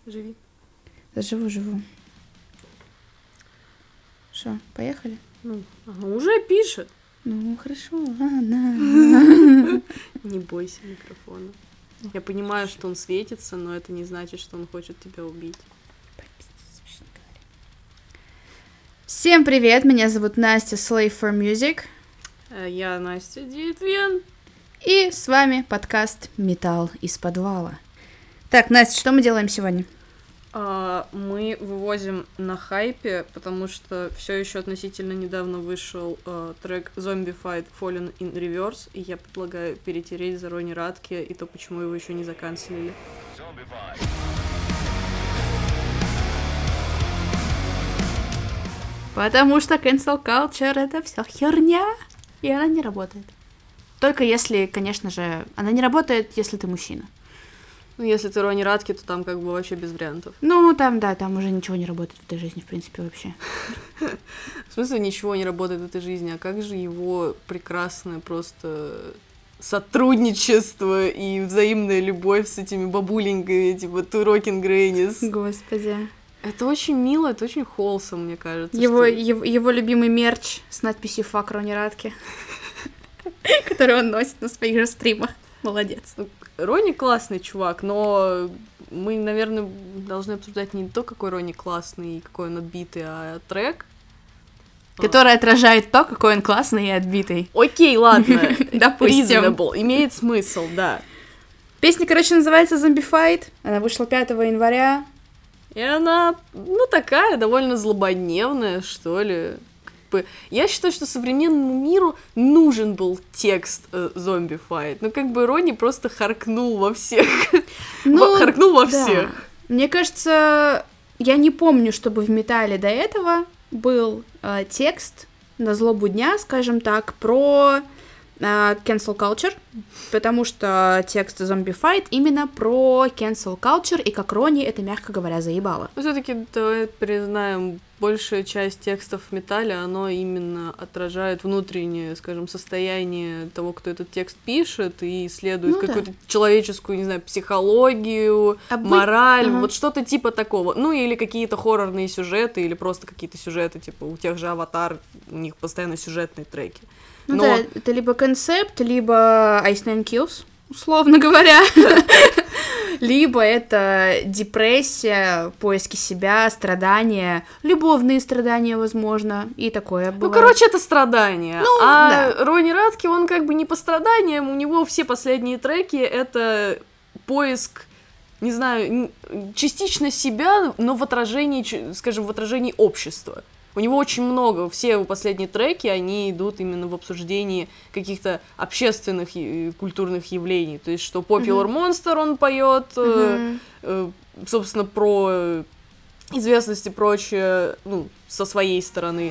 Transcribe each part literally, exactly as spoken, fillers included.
Живи. Да живу, живу. Что, поехали? Ну, она уже пишет. Ну, хорошо, ладно. Не бойся микрофона. Я понимаю, что он светится, но это не значит, что он хочет тебя убить. Всем привет, меня зовут Настя Slave for Music. Я Настя Дитвен. И с вами подкаст «Металл из подвала». Так, Настя, что мы делаем сегодня? А, мы вывозим на хайпе, потому что все еще относительно недавно вышел а, трек Zombified Fallen in Reverse, и я предлагаю перетереть за Ронни Радке и то, почему его еще не заканцелили. Потому что cancel culture — это все херня, и она не работает. Только если, конечно же, она не работает, если ты мужчина. Ну, если ты Ронни Радке, то там как бы вообще без вариантов. Ну, там, да, там уже ничего не работает в этой жизни, в принципе, вообще. В смысле, ничего не работает в этой жизни, а как же его прекрасное просто сотрудничество и взаимная любовь с этими бабуленьками, типа Two Rockin' Grannies. Господи. Это очень мило, это очень холсом, мне кажется. Его, что... его, его любимый мерч с надписью «Fuck Ронни Радке», который он носит на своих же стримах. Молодец. Ронни классный чувак, но мы, наверное, должны обсуждать не то, какой Ронни классный и какой он отбитый, а трек. Который отражает то, какой он классный и отбитый. Окей, ладно. Допустим. Reasonable. Имеет смысл, да. Песня, короче, называется Zombified. Она вышла пятого января. И она, ну, такая, довольно злободневная, что ли. Я считаю, что современному миру нужен был текст э, Zombified. Ну, как бы Ронни просто харкнул во всех. Ну, харкнул во да. всех. Мне кажется, я не помню, чтобы в металле до этого был э, текст на злобу дня, скажем так, про э, cancel culture, потому что текст Zombified именно про cancel culture, и как Ронни это, мягко говоря, заебало. Но все-таки давай признаем, большая часть текстов в металле, оно именно отражает внутреннее, скажем, состояние того, кто этот текст пишет, и исследует ну, какую-то да. человеческую, не знаю, психологию, Обы... мораль, ага. вот что-то типа такого. Ну, или какие-то хоррорные сюжеты, или просто какие-то сюжеты, типа у тех же «Аватар», у них постоянно сюжетные треки. Ну Но... да, это либо концепт, либо Ice Nine Kills, условно говоря. Либо это депрессия, поиски себя, страдания, любовные страдания, возможно, и такое бывает. Ну, короче, это страдания. Ну, а да. Ронни Радке, он как бы не по страданиям, у него все последние треки — это поиск, не знаю, частично себя, но в отражении, скажем, в отражении общества. У него очень много, все его последние треки, они идут именно в обсуждении каких-то общественных и культурных явлений. То есть, что Popular mm-hmm. Monster он поет, mm-hmm. э, э, собственно, про известность и прочее, ну, со своей стороны.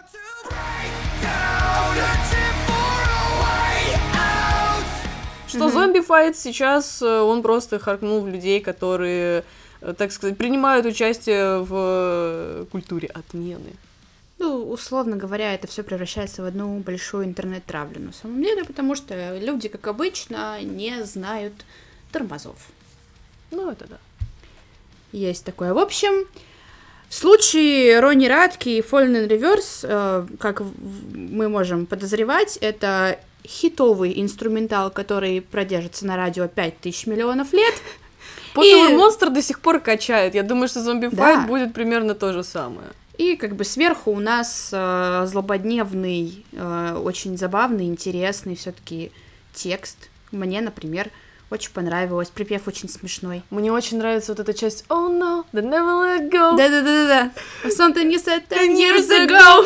Что mm-hmm. Zombified сейчас, он просто харкнул в людей, которые, так сказать, принимают участие в культуре отмены. Ну, условно говоря, это все превращается в одну большую интернет-травлю на самом деле, потому что люди, как обычно, не знают тормозов. Ну, это да. Есть такое. В общем, в случае Ронни Радки и Fallen in Reverse, э, как мы можем подозревать, это хитовый инструментал, который продержится на радио пять тысяч миллионов лет. Popular и... Monster до сих пор качает. Я думаю, что Zombified да. будет примерно то же самое. И как бы сверху у нас э, злободневный, э, очень забавный, интересный все-таки текст. Мне, например, очень понравилось. Припев очень смешной. Мне очень нравится вот эта часть «Oh no, they never let go». Да-да-да-да. Something you said ten years ago.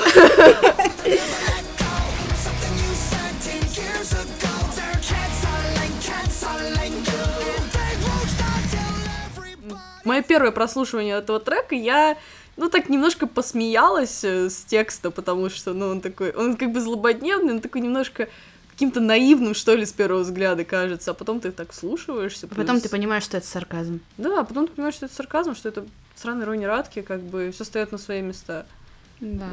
Мое первое прослушивание этого трека, я... Ну, так немножко посмеялась с текста, потому что, ну, он такой, он как бы злободневный, он такой немножко каким-то наивным, что ли, с первого взгляда кажется, а потом ты так вслушиваешься. А потом ты понимаешь, что это сарказм. Да, а потом ты понимаешь, что это сарказм, что это сраный Ронни Радке, как бы все стоят на свои места. Да. Ну,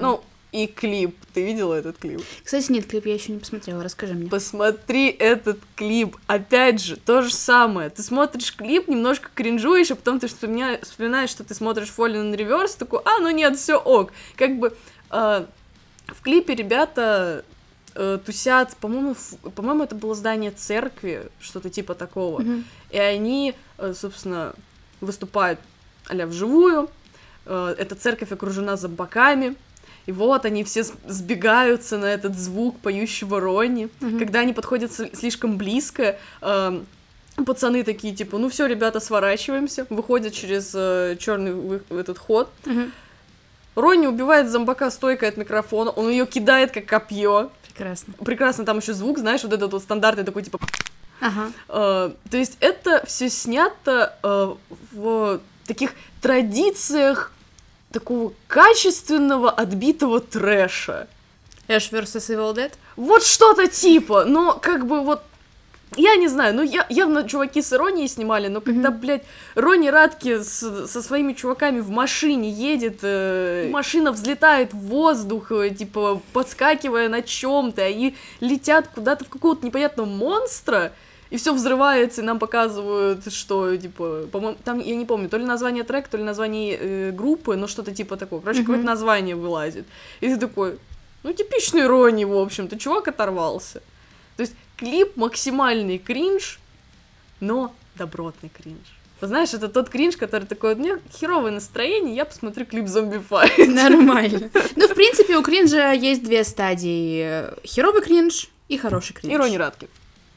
И клип. Ты видела этот клип? Кстати, нет, клип я еще не посмотрела, расскажи мне. Посмотри этот клип. Опять же, то же самое. Ты смотришь клип, немножко кринжуешь, а потом ты вспоминаешь, вспоминаешь что ты смотришь Fallen in Reverse, такой, а, ну нет, все ок. Как бы э, в клипе ребята э, тусят, по-моему, в, по-моему, это было здание церкви, что-то типа такого. Mm-hmm. И они, э, собственно, выступают а-ля вживую. Э, эта церковь окружена зомбаками. И вот они все сбегаются на этот звук поющего Ронни. Mm-hmm. Когда они подходят слишком близко, э, пацаны такие, типа, ну все, ребята, сворачиваемся, выходят через э, черный вы- этот ход. Mm-hmm. Ронни убивает зомбака стойкой от микрофона, он ее кидает как копье. Прекрасно. Прекрасно, там еще звук, знаешь, вот этот вот стандартный такой, типа... Ага. Э, то есть это все снято э, в таких традициях такого качественного отбитого трэша. Ash versus. Evil Dead? Вот что-то типа, но как бы вот, я не знаю, ну я, явно чуваки с иронией снимали, но когда, mm-hmm. блядь, Ронни Радке с, со своими чуваками в машине едет, э, машина взлетает в воздух, э, типа, подскакивая на чем-то, они летят куда-то в какого-то непонятного монстра, и все взрывается, и нам показывают, что, типа, по-моему, там, я не помню, то ли название трека, то ли название э, группы, но что-то типа такого. Короче, mm-hmm. какое-то название вылазит. И ты такой, ну, типичный Ронни, в общем-то, чувак оторвался. То есть клип максимальный кринж, но добротный кринж. Ты знаешь, это тот кринж, который такой, у меня херовое настроение, я посмотрю клип Zombie Нормально. Ну, в принципе, у кринжа есть две стадии. Херовый кринж и хороший кринж. И Ронни Радке.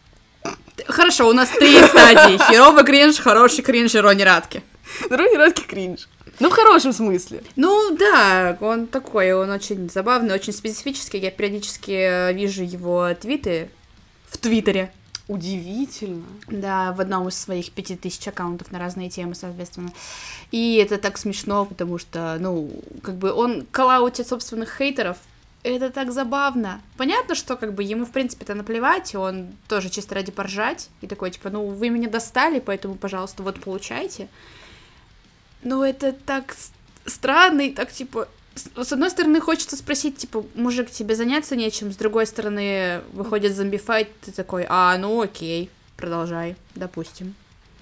Хорошо, у нас три стадии. Херовый кринж, хороший кринж и Ронни Радке. Ронни Радке кринж. Ну, в хорошем смысле. Ну, да, он такой, он очень забавный, очень специфический. Я периодически вижу его твиты в Твиттере. Удивительно. Да, в одном из своих пяти тысяч аккаунтов на разные темы, соответственно. И это так смешно, потому что, ну, как бы он коллаутит собственных хейтеров. Это так забавно. Понятно, что как бы ему, в принципе-то, наплевать, и он тоже чисто ради поржать. И такой, типа, ну, вы меня достали, поэтому, пожалуйста, вот, получайте. Но это так странно, и так, типа... С одной стороны, хочется спросить, типа, мужик, тебе заняться нечем, с другой стороны, выходит зомби-файт, ты такой, а, ну, окей, продолжай, допустим.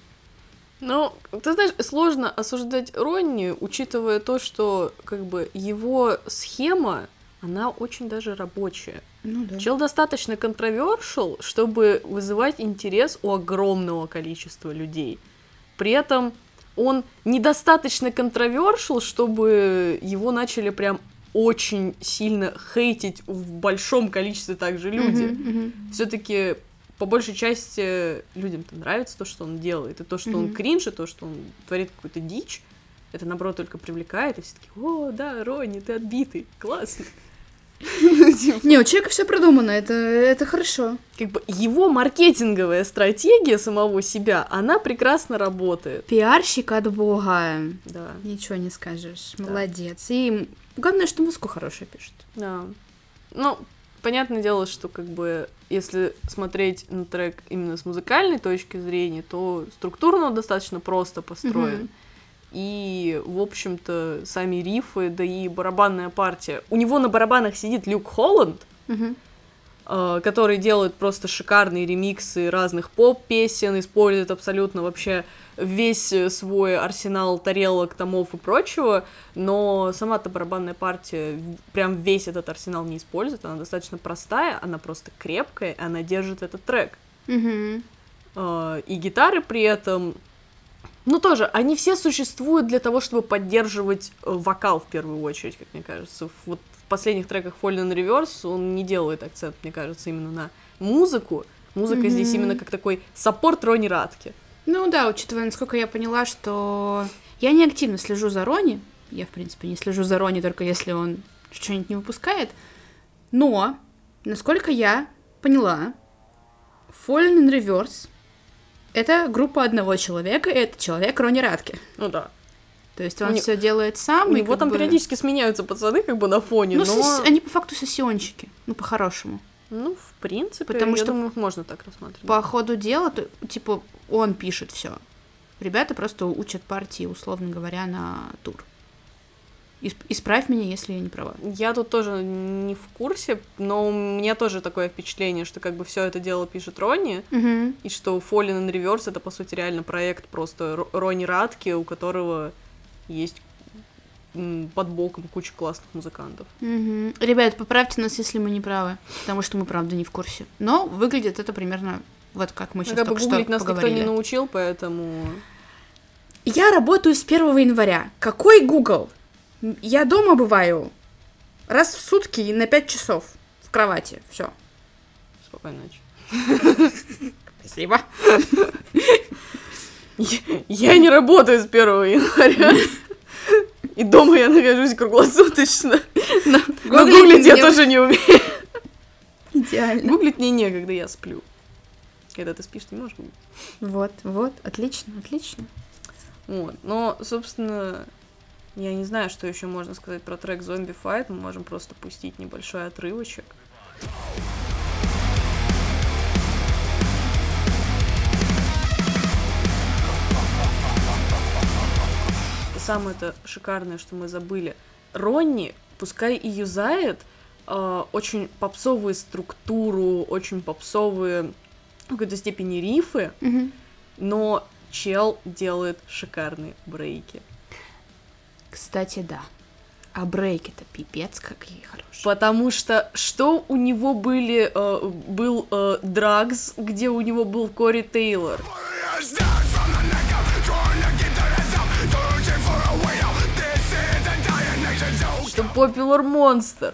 Ну, ты знаешь, сложно осуждать Ронни, учитывая то, что, как бы, его схема, она очень даже рабочая. Ну, да. Чел достаточно контровершил, чтобы вызывать интерес у огромного количества людей. При этом он недостаточно контровершил, чтобы его начали прям очень сильно хейтить в большом количестве также люди. Uh-huh, uh-huh. Все-таки по большей части людям-то нравится то, что он делает, и то, что uh-huh. он кринж, и то, что он творит какую-то дичь, это, наоборот, только привлекает, и все таки, о, да, Ронни, ты отбитый, классно. Не, у человека все продумано, это, это хорошо. Как бы его маркетинговая стратегия самого себя, она прекрасно работает. Пиарщик от бога. Да. Ничего не скажешь. Молодец. Да. И главное, что музыку хорошую пишет. Да. Ну, понятное дело, что как бы если смотреть на трек именно с музыкальной точки зрения, то структурно он достаточно просто построен. Mm-hmm. И, в общем-то, сами рифы, да и барабанная партия. У него на барабанах сидит Люк Холланд, uh-huh. э, который делает просто шикарные ремиксы разных поп-песен, использует абсолютно вообще весь свой арсенал тарелок, томов и прочего, но сама-то барабанная партия прям весь этот арсенал не использует, она достаточно простая, она просто крепкая, и она держит этот трек. Uh-huh. Э, и гитары при этом... Ну, тоже, они все существуют для того, чтобы поддерживать э, вокал, в первую очередь, как мне кажется. Вот в последних треках Fallen in Reverse он не делает акцент, мне кажется, именно на музыку. Музыка mm-hmm. здесь именно как такой саппорт Ронни Радке. Ну да, учитывая, насколько я поняла, что я не активно слежу за Ронни. Я, в принципе, не слежу за Ронни, только если он что-нибудь не выпускает. Но, насколько я поняла, Fallen in Reverse это группа одного человека, и это человек Ронни Радке. Ну да. То есть он все делает сам. У него там бы... периодически сменяются пацаны как бы на фоне, ну, но... сос... они по факту сессионщики, ну, по-хорошему. Ну, в принципе, потому я что думаю, можно так рассматривать. По ходу дела, то, типа, он пишет все. Ребята просто учат партии, условно говоря, на тур. Исп- Исправь меня, если я не права. Я тут тоже не в курсе, но у меня тоже такое впечатление, что как бы все это дело пишет Ронни, Угу. и что Fallen in Reverse это, по сути, реально проект просто Ро- Ронни Радке, у которого есть м, под боком куча классных музыкантов. Угу. Ребят, поправьте нас, если мы не правы, потому что мы, правда, не в курсе. Но выглядит это примерно вот как мы Ну, сейчас как бы только что гуглить нас поговорили. никто не научил, поэтому... Я работаю с первого января. Какой Google? Я дома бываю раз в сутки и на пять часов в кровати. Все. Спокойной ночи. Спасибо. Я, я не работаю с первого января. И дома я нахожусь круглосуточно. Но, но Гуглить гуглить я мне- тоже не умею. Идеально. Гуглить мне некогда, я сплю. Когда ты спишь, ты не можешь гуглить. Вот, вот, отлично, отлично. Вот. Но, собственно, я не знаю, что еще можно сказать про трек Zombie Fight. Мы можем просто пустить небольшой отрывочек. И самое-то шикарное, что мы забыли. Ронни, пускай и юзает э, очень попсовую структуру, очень попсовые в какой-то степени рифы, Мгм. но чел делает шикарные брейки. Кстати, да. А брейки-то пипец какие хорошие. Потому что что у него были, э, был э, Drugs, где у него был Кори Тейлор. Что Popular Monster.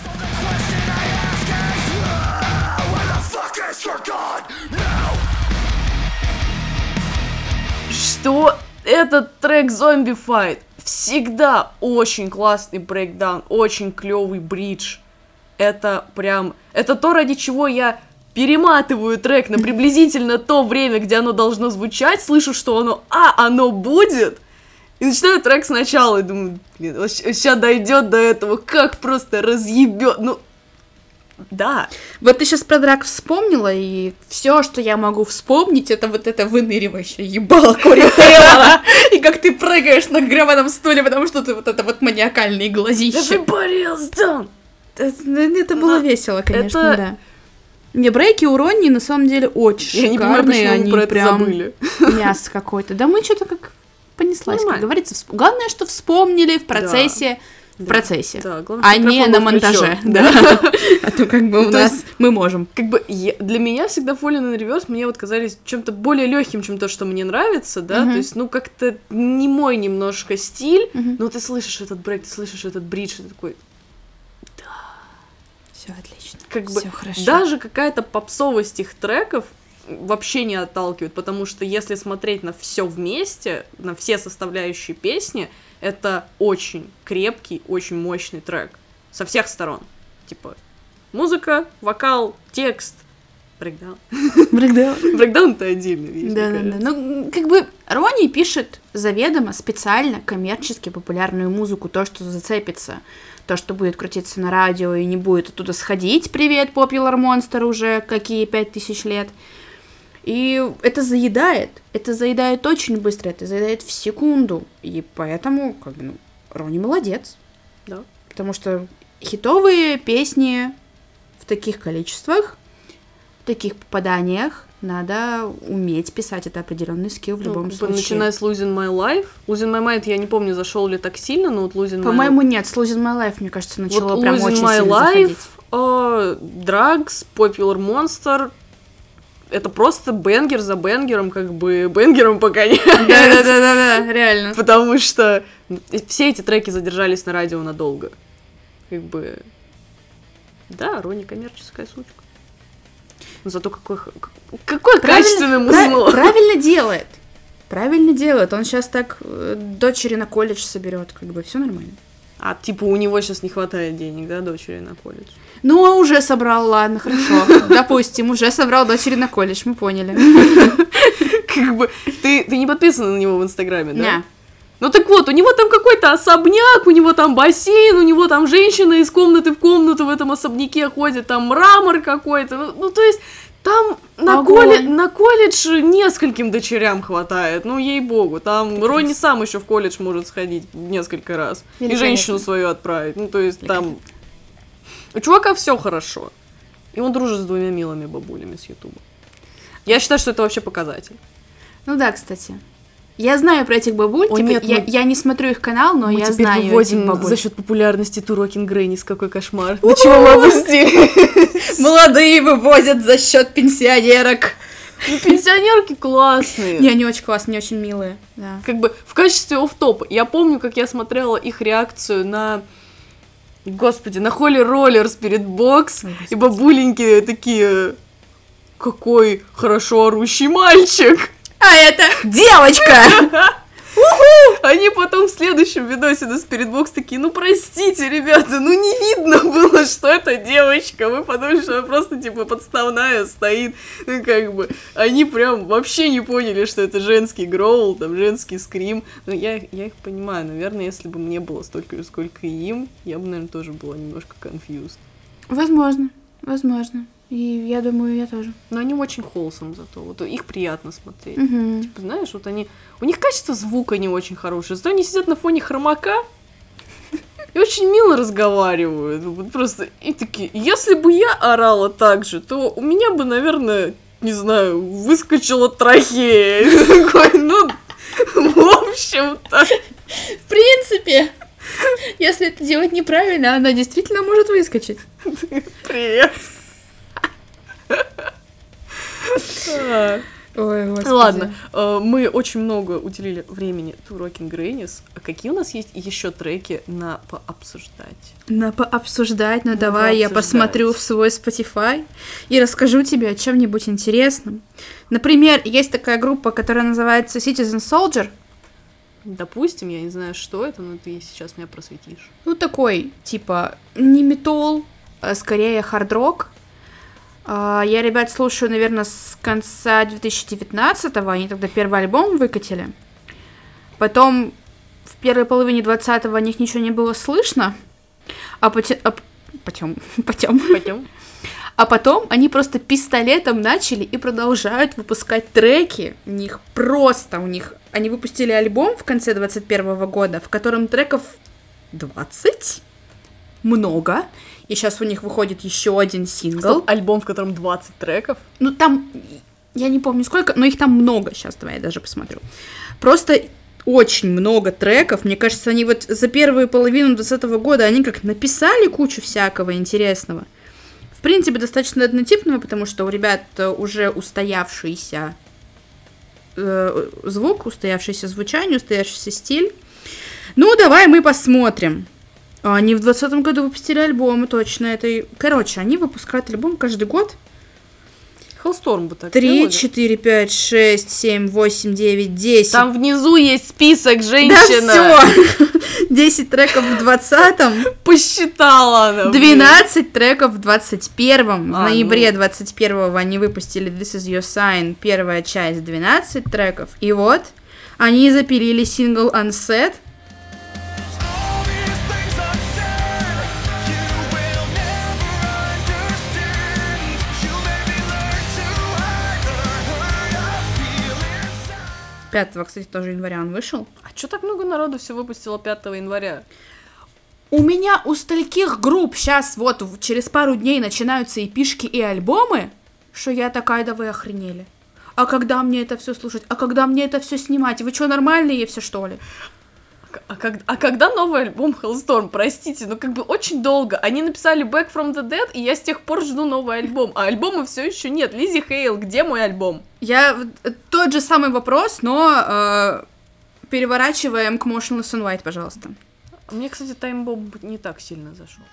Что этот трек Zombie Fight всегда очень классный брейкдаун, очень клевый бридж. Это прям... Это то, ради чего я перематываю трек на приблизительно то время, где оно должно звучать, слышу, что оно... А, оно будет! И начинаю трек сначала, и думаю, блин, сейчас дойдет до этого, как просто разъебет. Ну, да. Вот ты сейчас про драк вспомнила, и все, что я могу вспомнить, это вот это выныривающее ебало Кори Тейлора. И как ты прыгаешь на гребаном стуле, потому что ты вот это вот маниакальные глазища. Everybody else down. Это, это было Да. весело, конечно, Это- да. Не, брейки у Ронни на самом деле очень Я не понимаю, шикарные, почему мы они про это прям забыли. мясо какое-то. Да мы что-то как понеслась, как Нормально. говорится. Всп- Главное, что вспомнили в процессе, в Да. процессе, Да, главное, а что не микрофон на был монтаже. включён. Да. А то как бы у Ну, то нас есть- мы можем. Как бы я- для меня всегда Fallen in Reverse мне вот казались чем-то более легким, чем то, что мне нравится, да, Мгм. то есть, ну, как-то не мой немножко стиль, Мгм. но ты слышишь этот брейк, ты слышишь этот бридж, и ты такой, Все отлично. как бы, Все хорошо. даже какая-то попсовость их треков вообще не отталкивает, потому что если смотреть на все вместе, на все составляющие песни, это очень крепкий, очень мощный трек со всех сторон, типа музыка, вокал, текст, брейкдаун. Брейкдаун. Брейкдаун — это отдельная вещь. Да, мне да, да. кажется. Ну, как бы Ронни пишет заведомо специально коммерчески популярную музыку, то, что зацепится, то, что будет крутиться на радио и не будет оттуда сходить. Привет, Popular Monster, уже какие пять тысяч лет. И это заедает. Это заедает очень быстро, это заедает в секунду. И поэтому, как бы, ну, Ронни молодец. Да. Потому что хитовые песни в таких количествах, в таких попаданиях надо уметь писать. Это определенный скилл в Ну, любом как бы случае. начиная с Losing My Life. Losing My Mind я не помню, зашел ли так сильно, но вот Losing My По-моему, нет, с Losing My Life, мне кажется, начало Вот прям Losing очень My сильно Life, заходить. э, Drugs, Popular Monster. Это просто бенгер за бенгером, как бы бенгером погоняет. Да-да-да-да, реально. Потому что все эти треки задержались на радио надолго. Как бы... Да, Ронни коммерческая сучка. Но зато какой, х- какое качественное музло. Прав- Правильно делает. Правильно делает. Он сейчас так э, дочери на колледж соберет, как бы все нормально. А типа у него сейчас не хватает денег, да, дочери на колледж? Ну, а уже собрал, ладно, хорошо. Допустим, уже собрал дочери на колледж, мы поняли. Как бы... Ты, ты не подписана на него в Инстаграме, да? Не. Ну так вот, у него там какой-то особняк, у него там бассейн, у него там женщина из комнаты в комнату в этом особняке ходит, там мрамор какой-то. Ну, ну то есть Там на, колледж, на колледж нескольким дочерям хватает, ну ей-богу. Там Ронни сам еще в колледж может сходить несколько раз. И женщину свою отправить. Ну, то есть там... У чувака все хорошо. И он дружит с двумя милыми бабулями с Ютуба. Я считаю, что это вообще показатель. Ну да, кстати. Я знаю про этих бабуль. О, типа, нет, я, мы... я не смотрю их канал, но мы я теперь знаю выводим этих бабуль. За счет популярности Турокин Грэннис. Какой кошмар. До чего мы опустили? Молодые вывозят за счет пенсионерок. Ну, пенсионерки классные. Не, они очень классные, очень милые. Да. Как бы в качестве офф-топа. Я помню, как я смотрела их реакцию на... Господи, на Холли Роллерс перед бокс. Ой, и бабуленьки такие... Какой хорошо орущий мальчик. А это девочка! Они потом в следующем видосе на Спиритбокс такие, ну простите, ребята, ну не видно было, что это девочка. Мы подумали, что она просто типа подставная стоит. Ну как бы, они прям вообще не поняли, что это женский гроул, там женский скрим. Но я, я их понимаю, наверное, если бы мне было столько же, сколько и им, я бы, наверное, тоже была немножко confused. Возможно, возможно. И я думаю, я тоже. Но они очень wholesome зато, вот их приятно смотреть. Угу. Типа, знаешь, вот они... У них качество звука не очень хорошее, зато они сидят на фоне хромака и очень мило разговаривают. Вот просто и такие, если бы я орала так же, то у меня бы, наверное, не знаю, выскочила трахея. Такой, ну, в общем-то. В принципе, если это делать неправильно, она действительно может выскочить. Привет. Ой, господи. Ладно, мы очень много уделили времени Турокин Грэннис. А какие у нас есть еще треки на пообсуждать? На пообсуждать, ну давай я посмотрю в свой Spotify и расскажу тебе о чем-нибудь интересном. Например, есть такая группа, которая называется Citizen Soldier. Допустим, я не знаю, что это, но ты сейчас меня просветишь. Ну, такой, типа, не метал, а скорее хард-рок. Я, ребят, слушаю, наверное, с конца две тысячи девятнадцатого, они тогда первый альбом выкатили. Потом в первой половине двадцатого о них ничего не было слышно. А потом... А, потом... Потом... Потом... А потом они просто пистолетом начали и продолжают выпускать треки. У них просто, у них... Они выпустили альбом в конце двадцать первого года, в котором треков двадцать. Много. И сейчас у них выходит еще один сингл. Стоп, альбом, в котором двадцать треков? Ну, там, я не помню сколько, но их там много. Сейчас, давай я даже посмотрю. Просто очень много треков. Мне кажется, они вот за первую половину двадцатого года, они как написали кучу всякого интересного. В принципе, достаточно однотипного, потому что у ребят уже устоявшийся э, звук, устоявшееся звучание, устоявшийся стиль. Ну, давай мы посмотрим. Они в двадцатом году выпустили альбомы, точно. Это... Короче, они выпускают альбом каждый год. Hellstorm бы так Три, четыре, пять, шесть, семь, восемь, девять, десять. Там внизу есть список, женщина. Да всё. десять треков в двадцатом. Посчитала она. двенадцать треков в двадцать первом. А, в ноябре ну. двадцать первого они выпустили This Is Your Sign, первая часть, двенадцать треков. И вот, они запилили сингл Unset. пятого, кстати, тоже января он вышел. А чё так много народу все выпустило пятого января? У меня у стольких групп сейчас вот через пару дней начинаются эпишки и альбомы, что я такая, да вы охренели. А когда мне это все слушать? А когда мне это все снимать? Вы что, нормальные все, что ли? А, как, а когда новый альбом Hellstorm? Простите, ну как бы очень долго. Они написали Back from the Dead, и я с тех пор жду новый альбом. А альбома все еще нет. Лиззи Хейл, где мой альбом? Я... Тот же самый вопрос, но э, переворачиваем к Motionless in White, пожалуйста. Мне, кстати, Таймбомб не так сильно зашел.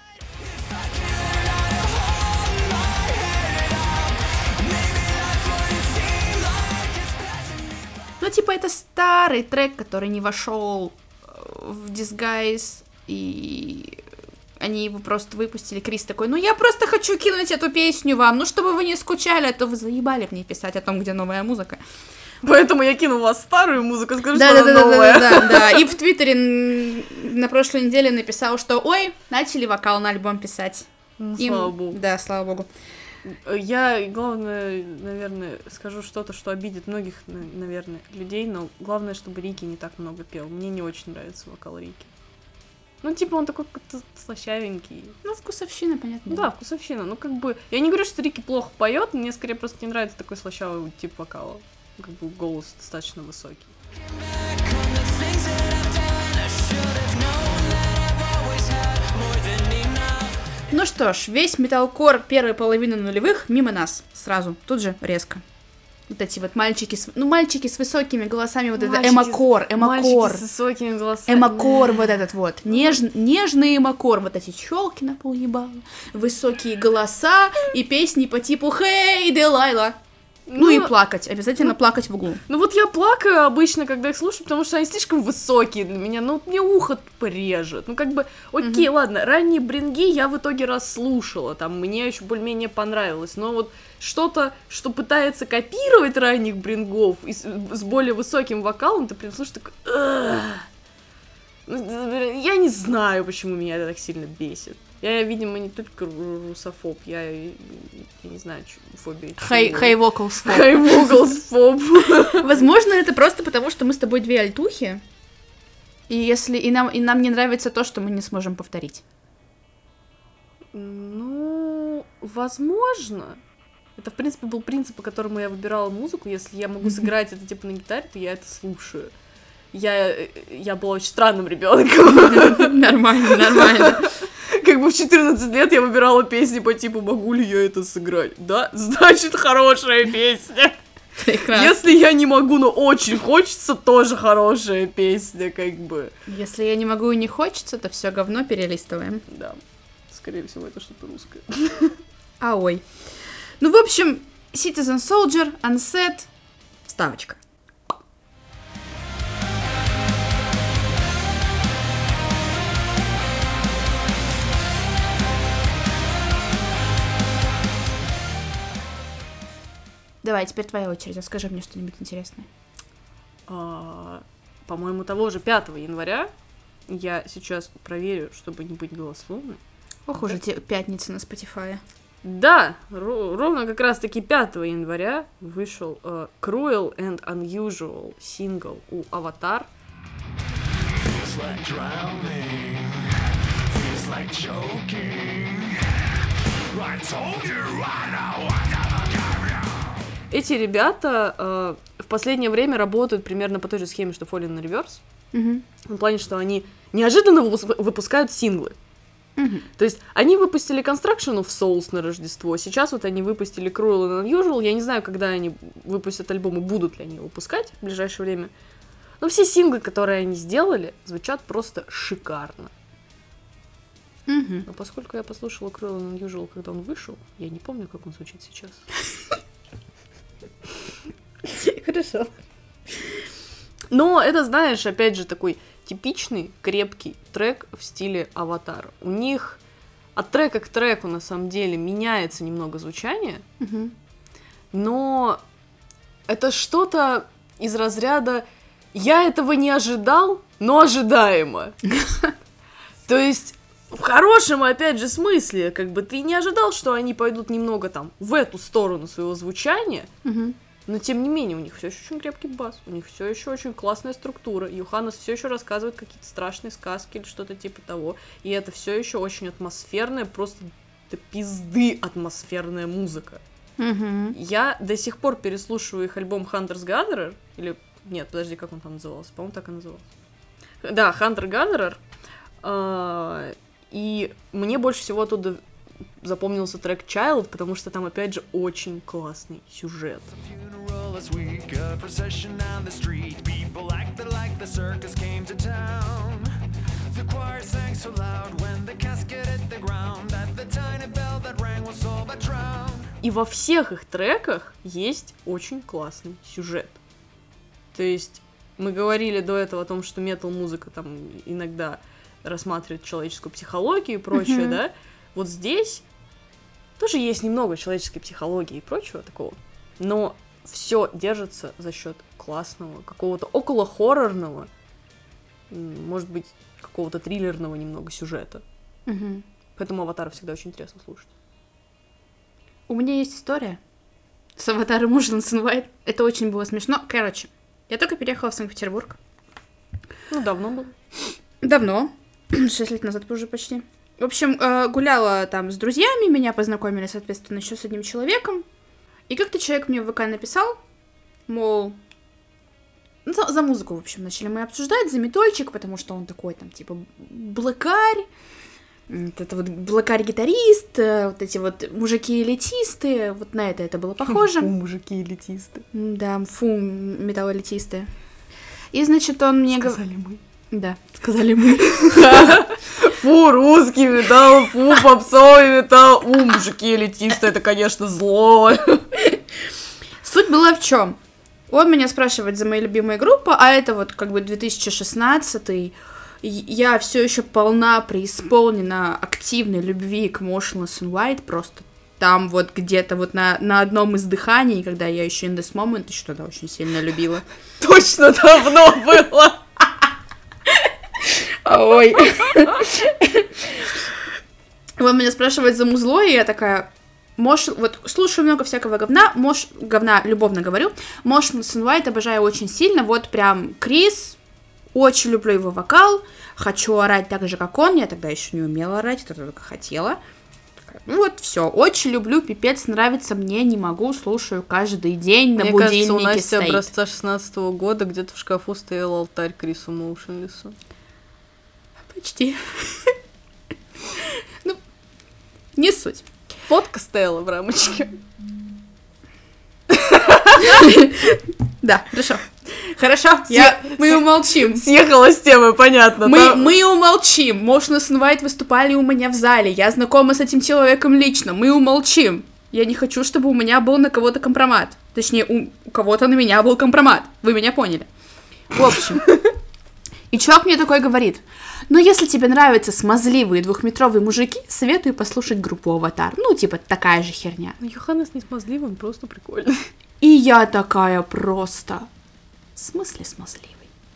Ну, типа, это старый трек, который не вошел в Disguise, и они его просто выпустили. Крис такой, ну я просто хочу кинуть эту песню вам, ну чтобы вы не скучали, а то вы заебали мне писать о том, где новая музыка. Поэтому я кину вас старую музыку, скажу, да, что да, она да, новая. Да, да, да, да. И в Твиттере на прошлой неделе написал, что ой, начали вокал на альбом писать. Ну, Им... слава богу. Да, слава богу. Я, главное, наверное, скажу что-то, что обидит многих, наверное, людей, но главное, чтобы Рики не так много пел. Мне не очень нравится вокал Рики. Ну, типа, он такой какой-то слащавенький. Ну, вкусовщина, понятно. Да, вкусовщина. Ну, как бы, я не говорю, что Рики плохо поет, мне скорее просто не нравится такой слащавый тип вокала. Как бы голос достаточно высокий. Ну что ж, весь металкор первой половины нулевых мимо нас. Сразу, тут же, резко. Вот эти вот мальчики, с... ну, мальчики с высокими голосами, вот мальчики это эмокор, с... эмокор. Мальчики с высокими голосами. Эмокор вот этот вот, Неж... нежный эмокор, вот эти челки на полъебала, высокие голоса и песни по типу «Хей, Делайла». Ну, ну и плакать, обязательно ну, плакать в углу. Ну вот я плакаю обычно, когда их слушаю, потому что они слишком высокие для меня, ну мне ухо порежет. Ну как бы, окей, mm-hmm. ладно, ранние бринги я в итоге расслушала, там мне еще более-менее понравилось, но вот что-то, что пытается копировать ранних брингов и с, с более высоким вокалом, ты прям слушаешь такой... Я не знаю, почему меня это так сильно бесит. Я, видимо, не только русофоб, я, я не знаю, фобия. Хай воклс фоб. Хай воклс фоб. Возможно, это просто потому, что мы с тобой две альтухи, и если и нам, и нам не нравится то, что мы не сможем повторить. Ну, возможно. Это, в принципе, был принцип, по которому я выбирала музыку. Если я могу сыграть это типа на гитаре, то я это слушаю. Я, я была очень странным ребенком. Нормально, нормально. Как бы в четырнадцать лет я выбирала песни по типу «Могу ли я это сыграть?» Да? Значит, хорошая песня. Прекрасно. Если я не могу, но очень хочется, тоже хорошая песня, как бы. Если я не могу и не хочется, то все говно перелистываем. Да. Скорее всего, это что-то русское. А ой. Ну, в общем, Citizen Soldier, Unset, вставочка. Давай, теперь твоя очередь, расскажи мне что-нибудь интересное. А, по-моему, того же пятого января, я сейчас проверю, чтобы не быть голословной. Ох уж эти пятницы на Spotify. Да, ро- ровно как раз-таки пятого января вышел uh, Cruel and Unusual сингл у Avatar. Эти ребята э, в последнее время работают примерно по той же схеме, что Fallen in Reverse. Mm-hmm. В плане, что они неожиданно выпускают синглы. Mm-hmm. То есть они выпустили Construction of Souls на Рождество, сейчас вот они выпустили Cruel and Unusual. Я не знаю, когда они выпустят альбом и будут ли они выпускать в ближайшее время. Но все синглы, которые они сделали, звучат просто шикарно. Mm-hmm. Но поскольку я послушала Cruel and Unusual, когда он вышел, я не помню, как он звучит сейчас. Хорошо. Но это, знаешь, опять же, такой типичный, крепкий трек в стиле Аватар. У них от трека к треку, на самом деле, меняется немного звучание, угу. но это что-то из разряда «я этого не ожидал, но ожидаемо». То есть в хорошем, опять же, смысле, как бы ты не ожидал, что они пойдут немного там в эту сторону своего звучания, угу. но тем не менее у них все еще очень крепкий бас, у них все еще очень классная структура. Йоханнес все еще рассказывает какие-то страшные сказки или что-то типа того, и это все еще очень атмосферная, просто до пизды атмосферная музыка. Угу. Я до сих пор переслушиваю их альбом Hunter's Gatherer, или нет, подожди, как он там назывался? По-моему, так и назывался. Да, Hunter Gatherer. А- И мне больше всего оттуда запомнился трек Child, потому что там, опять же, очень классный сюжет. И во всех их треках есть очень классный сюжет. То есть мы говорили до этого о том, что метал-музыка там иногда рассматривает человеческую психологию и прочее, mm-hmm. да, вот здесь тоже есть немного человеческой психологии и прочего такого, но все держится за счет классного, какого-то около хоррорного, может быть, какого-то триллерного немного сюжета. Mm-hmm. Поэтому «Аватар» всегда очень интересно слушать. У меня есть история с аватаром Ocean White. Это очень было смешно. Короче, я только переехала в Санкт-Петербург. Ну, давно было. Давно. Шесть лет назад уже почти. В общем, гуляла там с друзьями, меня познакомили, соответственно, еще с одним человеком. И как-то человек мне в ВК написал, мол... Ну, за, за музыку, в общем, начали мы обсуждать, за метольчик, потому что он такой, там, типа, блэкарь, вот это вот блэкарь-гитарист, вот эти вот мужики-элитисты, вот на это это было похоже. Фу, мужики-элитисты. Да, фу, металл-элитисты. И, значит, он мне говорит... Сказали мы. Да, сказали мы. Фу, русский металл, фу, попсовый металл, у, мужики-элитисты, это, конечно, зло. Суть была в чем? Он меня спрашивает за мои любимые группы, а это вот как бы две тысячи шестнадцатый, я все еще полна, преисполнена активной любви к Motionless in White, просто там вот где-то вот на, на одном из дыханий, когда я еще in this moment еще тогда очень сильно любила. Точно давно было. Ой. Он меня спрашивает за музло, и я такая... Мош... Вот слушаю много всякого говна, мош... говна, любовно говорю. Motionless in White обожаю очень сильно. Вот прям Крис, очень люблю его вокал. Хочу орать так же, как он. Я тогда еще не умела орать, это только хотела. Ну вот, все. Очень люблю, пипец, нравится мне, не могу, слушаю каждый день, на Мне будильнике кажется, у Насти стоит. образца шестнадцатого года где-то в шкафу стоял алтарь Крису Моушенлессу. Почти. Ну, не суть. Фотка стояла в рамочке. Да, хорошо. Хорошо, я... мы умолчим. Съехала с темы, понятно. Мы, там... мы умолчим. Motionless in White выступали у меня в зале. Я знакома с этим человеком лично. Мы умолчим. Я не хочу, чтобы у меня был на кого-то компромат. Точнее, у, у кого-то на меня был компромат. Вы меня поняли. В общем. И чувак мне такой говорит: ну, если тебе нравятся смазливые двухметровые мужики, советую послушать группу Аватар. Ну, типа, такая же херня. Ну, Йоханнес не смазливый, он просто прикольный. И я такая просто... В смысле смазливый?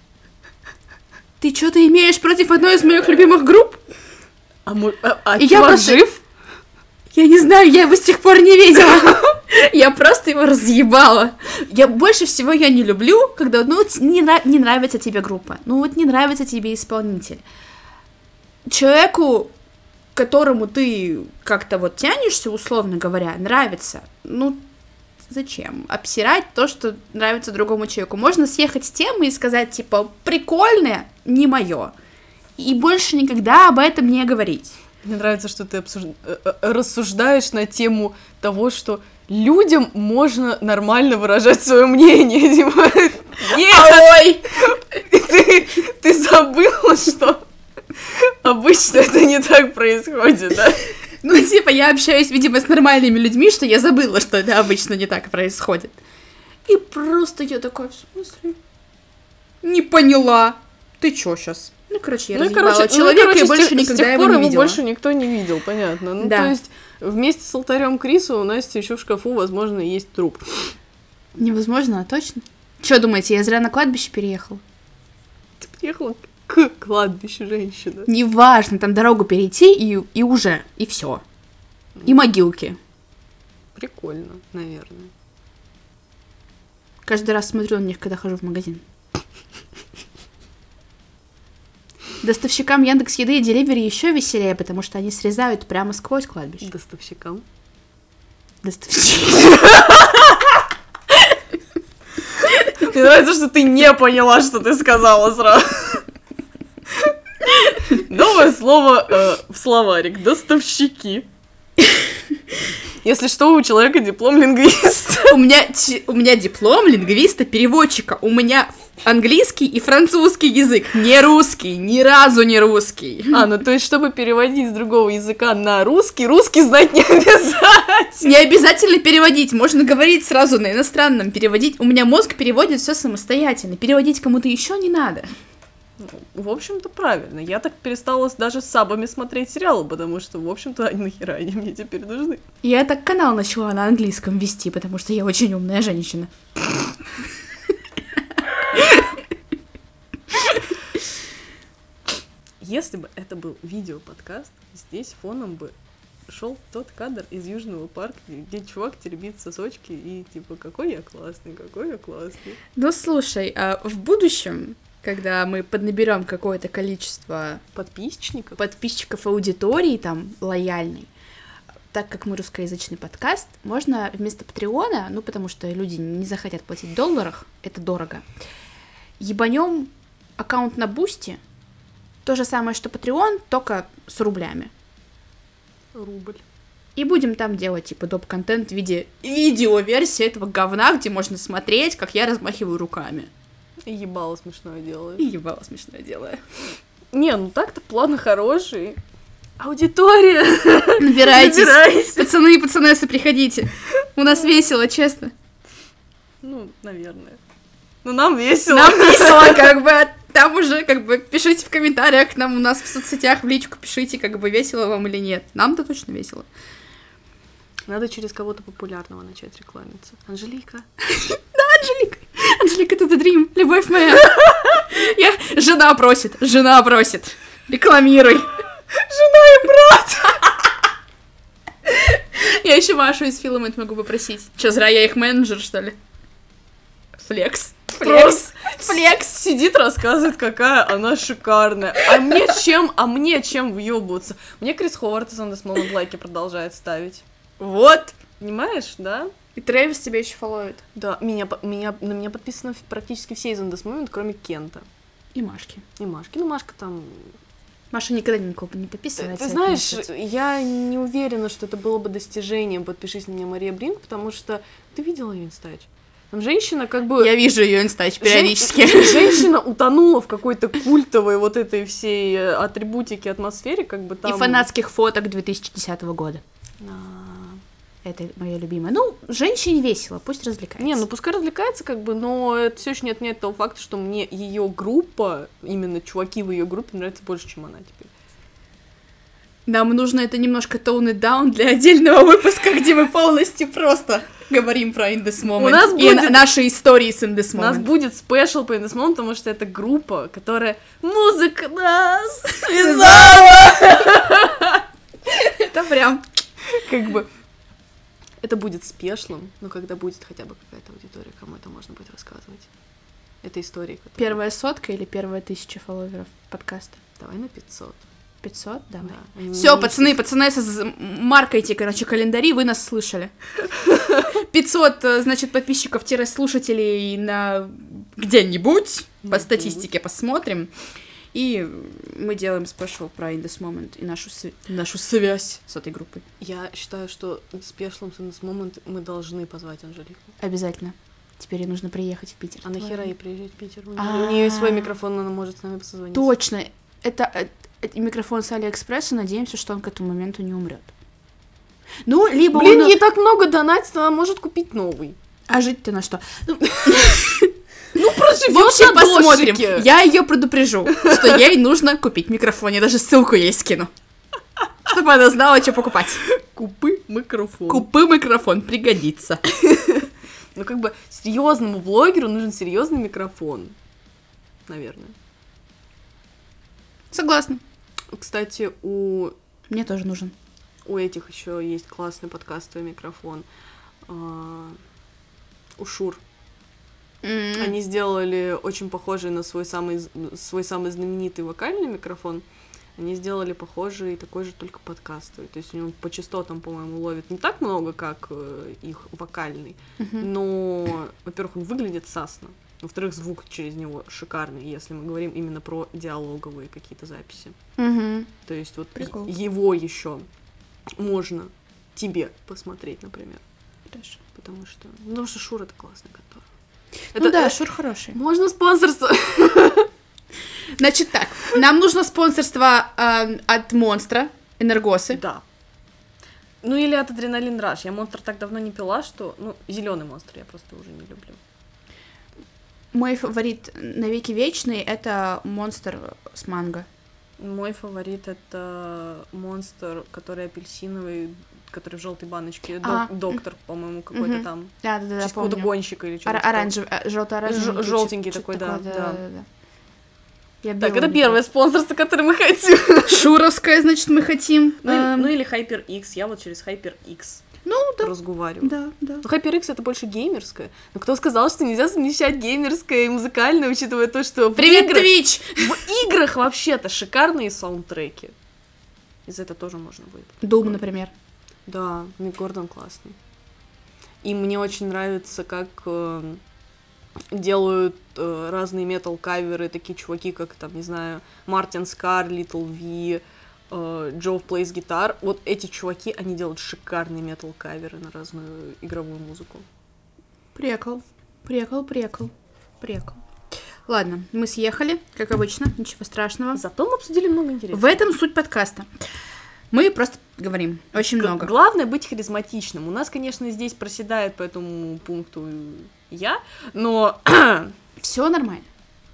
Ты что-то имеешь против одной из моих любимых групп? А, мо... а, а И чувак я просто... жив? Я не знаю, я его с тех пор не видела. Я просто его разъебала. Я больше всего я не люблю, когда, ну, не, нрав... не нравится тебе группа. Ну, вот не нравится тебе исполнитель. Человеку, к которому ты как-то вот тянешься, условно говоря, нравится, ну, зачем? Обсирать то, что нравится другому человеку. Можно съехать с темы и сказать, типа, прикольное, не мое. И больше никогда об этом не говорить. Мне нравится, что ты обсуж... рассуждаешь на тему того, что людям можно нормально выражать свое мнение. Нет! Ой! Ты, ты забыла, что обычно это не так происходит, да? Ну, типа, я общаюсь, видимо, с нормальными людьми, что я забыла, что это обычно не так происходит. И просто я такая, в смысле? Не поняла. Ты чё сейчас? Ну, короче, я ну, разъебала короче, человека, ну, короче, и больше с тех, никогда с тех его пор не его видела. больше никто не видел, понятно. Ну, да. то есть, вместе с алтарем Криса у Насти еще в шкафу, возможно, есть труп. Невозможно, а точно? Чё думаете, я зря на кладбище переехала? Ты приехала к кладбищу, женщина. Неважно, там дорогу перейти, и, и уже, и все. И могилки. Прикольно, наверное. Каждый раз смотрю на них, когда хожу в магазин. Доставщикам Яндекс.Еды и Деливери еще веселее, потому что они срезают прямо сквозь кладбище. Доставщикам? Доставщикам. Мне нравится, что ты не поняла, что ты сказала сразу. Новое слово э, в словарик. Доставщики. Если что, у человека диплом лингвиста. У меня, у меня диплом лингвиста-переводчика. У меня английский и французский язык. Не русский, ни разу не русский. А, ну то есть, чтобы переводить с другого языка на русский, русский знать не обязательно. Не обязательно переводить, можно говорить сразу на иностранном, переводить. У меня мозг переводит все самостоятельно. Переводить кому-то еще не надо. В общем-то, правильно. Я так перестала даже с сабами смотреть сериалы, потому что, в общем-то, нахера они мне теперь нужны. Я так канал начала на английском вести, потому что я очень умная женщина. Если бы это был видео-подкаст, здесь фоном бы шел тот кадр из Южного парка, где чувак теребит сосочки и типа, какой я классный, какой я классный. Ну, слушай, а в будущем, когда мы поднаберем какое-то количество Подписчиков? подписчиков аудитории, там, лояльной, так как мы русскоязычный подкаст, можно вместо Патреона, ну, потому что люди не захотят платить в долларах, это дорого, ебанем аккаунт на Бусти, то же самое, что Patreon, только с рублями. Рубль. И будем там делать, типа, доп-контент в виде видеоверсии этого говна, где можно смотреть, как я размахиваю руками. И ебало смешное делаю. И ебало смешное делаю. Не, ну так-то план хороший. Аудитория! Набирайтесь. Набирайся. Пацаны и пацанессы, приходите. У нас весело, честно. Ну, наверное. Ну, нам весело. Нам весело, как бы. Там уже, как бы, пишите в комментариях, нам у нас в соцсетях, в личку пишите, как бы, весело вам или нет. Нам-то точно весело. Надо через кого-то популярного начать рекламиться. Анжелика. Да, Анжелика. Анжелика, это the dream. Любовь моя. Я... Жена просит, жена просит. Рекламируй. Жена и брат. Я еще Машу из Filament могу попросить. Че, зря я их менеджер, что ли? Флекс. Флекс. Флекс сидит, рассказывает, какая она шикарная. А мне чем, а мне чем въебываться? Мне Крис Ховард из On This Moment лайки продолжает ставить. Вот. Понимаешь, да? И Трэвис тебя еще фолловит. Да, меня, меня, на меня подписаны практически все из On This Moment, кроме Кента. И Машки. И Машки. Ну, Машка там... Маша никогда никого не Ты, подписывается. ты знаешь, я не уверена, что это было бы достижением. Подпишись на меня, Мария Бринк, потому что ты видела ее инстач? Там женщина как бы... Я вижу ее инстач периодически. Жен... Женщина утонула в какой-то культовой вот этой всей атрибутике, атмосфере, как бы там... И фанатских фоток две тысячи десятого года. А... Это моя любимая. Ну, женщине весело, пусть развлекается. Не, ну пускай развлекается, как бы, но это все еще не отменяет того факта, что мне ее группа, именно чуваки в ее группе нравятся больше, чем она теперь. Нам нужно это немножко tone it down для отдельного выпуска, где мы полностью просто говорим про In This Moment. У нас и будет... наши истории с In This Moment. У нас будет спешл по In This Moment, потому что это группа, которая... Музыка нас связала! Это прям... Как бы... Это будет спешлом, но когда будет хотя бы какая-то аудитория, кому это можно будет рассказывать. Это истории, которые... Первая сотка или первая тысяча фолловеров подкаста? Давай на пятьсот. пятьсот? Давай. Да. Все, пацаны, пацаны, маркайте, короче, календари, вы нас слышали. пятьсот, значит, подписчиков-слушателей на где-нибудь, по статистике посмотрим. И мы делаем спешл про In This Moment и нашу, св... нашу связь с этой группой. Я считаю, что спешлом с In This Moment мы должны позвать Анжелику. Обязательно. Теперь ей нужно приехать в Питер. А нахера ей приезжать в Питер? У А-а-а. нее есть свой микрофон, она может с нами позвонить. Точно. Это, это микрофон с Алиэкспресса. Надеемся, что он к этому моменту не умрет. Ну, либо Блин, он... ей так много донатит, она может купить новый. А жить-то на что? Ну, проживёт в общем, на посмотрим. дошике. Я ее предупрежу, что ей нужно купить микрофон. Я даже ссылку ей скину. Чтобы она знала, что покупать. Купи микрофон. Купи микрофон, пригодится. Ну, как бы, серьезному блогеру нужен серьезный микрофон. Наверное. Согласна. Кстати, у... Мне тоже нужен. У этих еще есть классный подкастовый микрофон. У Шур. Mm-hmm. Они сделали очень похожий на свой самый, свой самый знаменитый вокальный микрофон. Они сделали похожий такой же, только подкастовый. То есть у него по частотам, по-моему, ловит не так много, как э, их вокальный. Mm-hmm. Но, во-первых, он выглядит сасно. Во-вторых, звук через него шикарный, если мы говорим именно про диалоговые какие-то записи. Mm-hmm. То есть вот Прикол. его еще можно тебе посмотреть, например. Хорошо. Потому что, ну, потому что Шур — это классный контор. Ну Это, да, это... Шур хороший. Можно спонсорство. Значит так, нам нужно спонсорство э, от Монстра, Энергосы. Да. Ну или от Адреналин Раш. Я Монстр так давно не пила, что... Ну, зеленый Монстр я просто уже не люблю. Мой фаворит навеки вечный — это Монстр с манго. Мой фаворит — это Монстр, который апельсиновый, который в желтой баночке. А, Док- доктор, по-моему, какой-то угу. там. Да, да, да, какого-то помню. гонщика или что-то. Ор- оранжевый, желто-оранжевый. Ж- желтенький такой, да, да. да, да. Я Так, белую это не первое спонсорство, которое мы хотим. помню. Шуровская, значит, мы хотим. Ну, или- Эм, ну или HyperX, я вот через HyperX Ну, да, разговариваю. да, да. Ну, HyperX это больше геймерское. Но кто сказал, что нельзя совмещать геймерское и музыкальное, учитывая то, что в Привет, играх, Twitch! в играх вообще-то шикарные саундтреки. Из этого тоже можно будет. Doom, например. Да, Мик Гордон классный. И мне очень нравится, как э, делают э, разные метал-каверы, такие чуваки, как, там, не знаю, Мартин Скар, Little V, э, Джо Plays Guitar. Вот эти чуваки, они делают шикарные метал-каверы на разную игровую музыку. Прикол, прикол, прикол, прикол. Ладно, мы съехали, как обычно, ничего страшного. Зато мы обсудили много интересного. В этом суть подкаста. Мы просто говорим очень Г- много. Главное быть харизматичным. У нас, конечно, здесь проседает по этому пункту я, но Все нормально.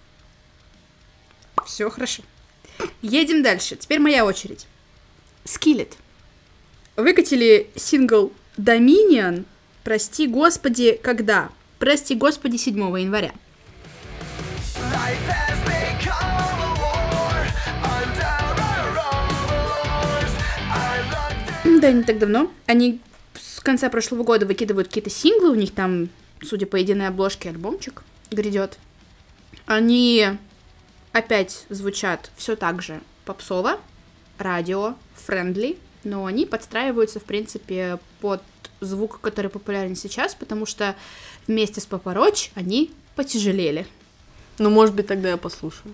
Все хорошо. Едем дальше. Теперь моя очередь. Skillet. Выкатили сингл Dominion. Прости, господи, когда? Прости, господи, седьмого января. Life has become a war under our rose. I looked Да, не так давно. Они с конца прошлого года выкидывают какие-то синглы. У них там, судя по единой обложке, альбомчик грядет. Они опять звучат все так же попсово, радио, френдли, но они подстраиваются, в принципе, под звук, который популярен сейчас, потому что вместе с Папа Роч они потяжелели. ну, может быть, тогда я послушаю.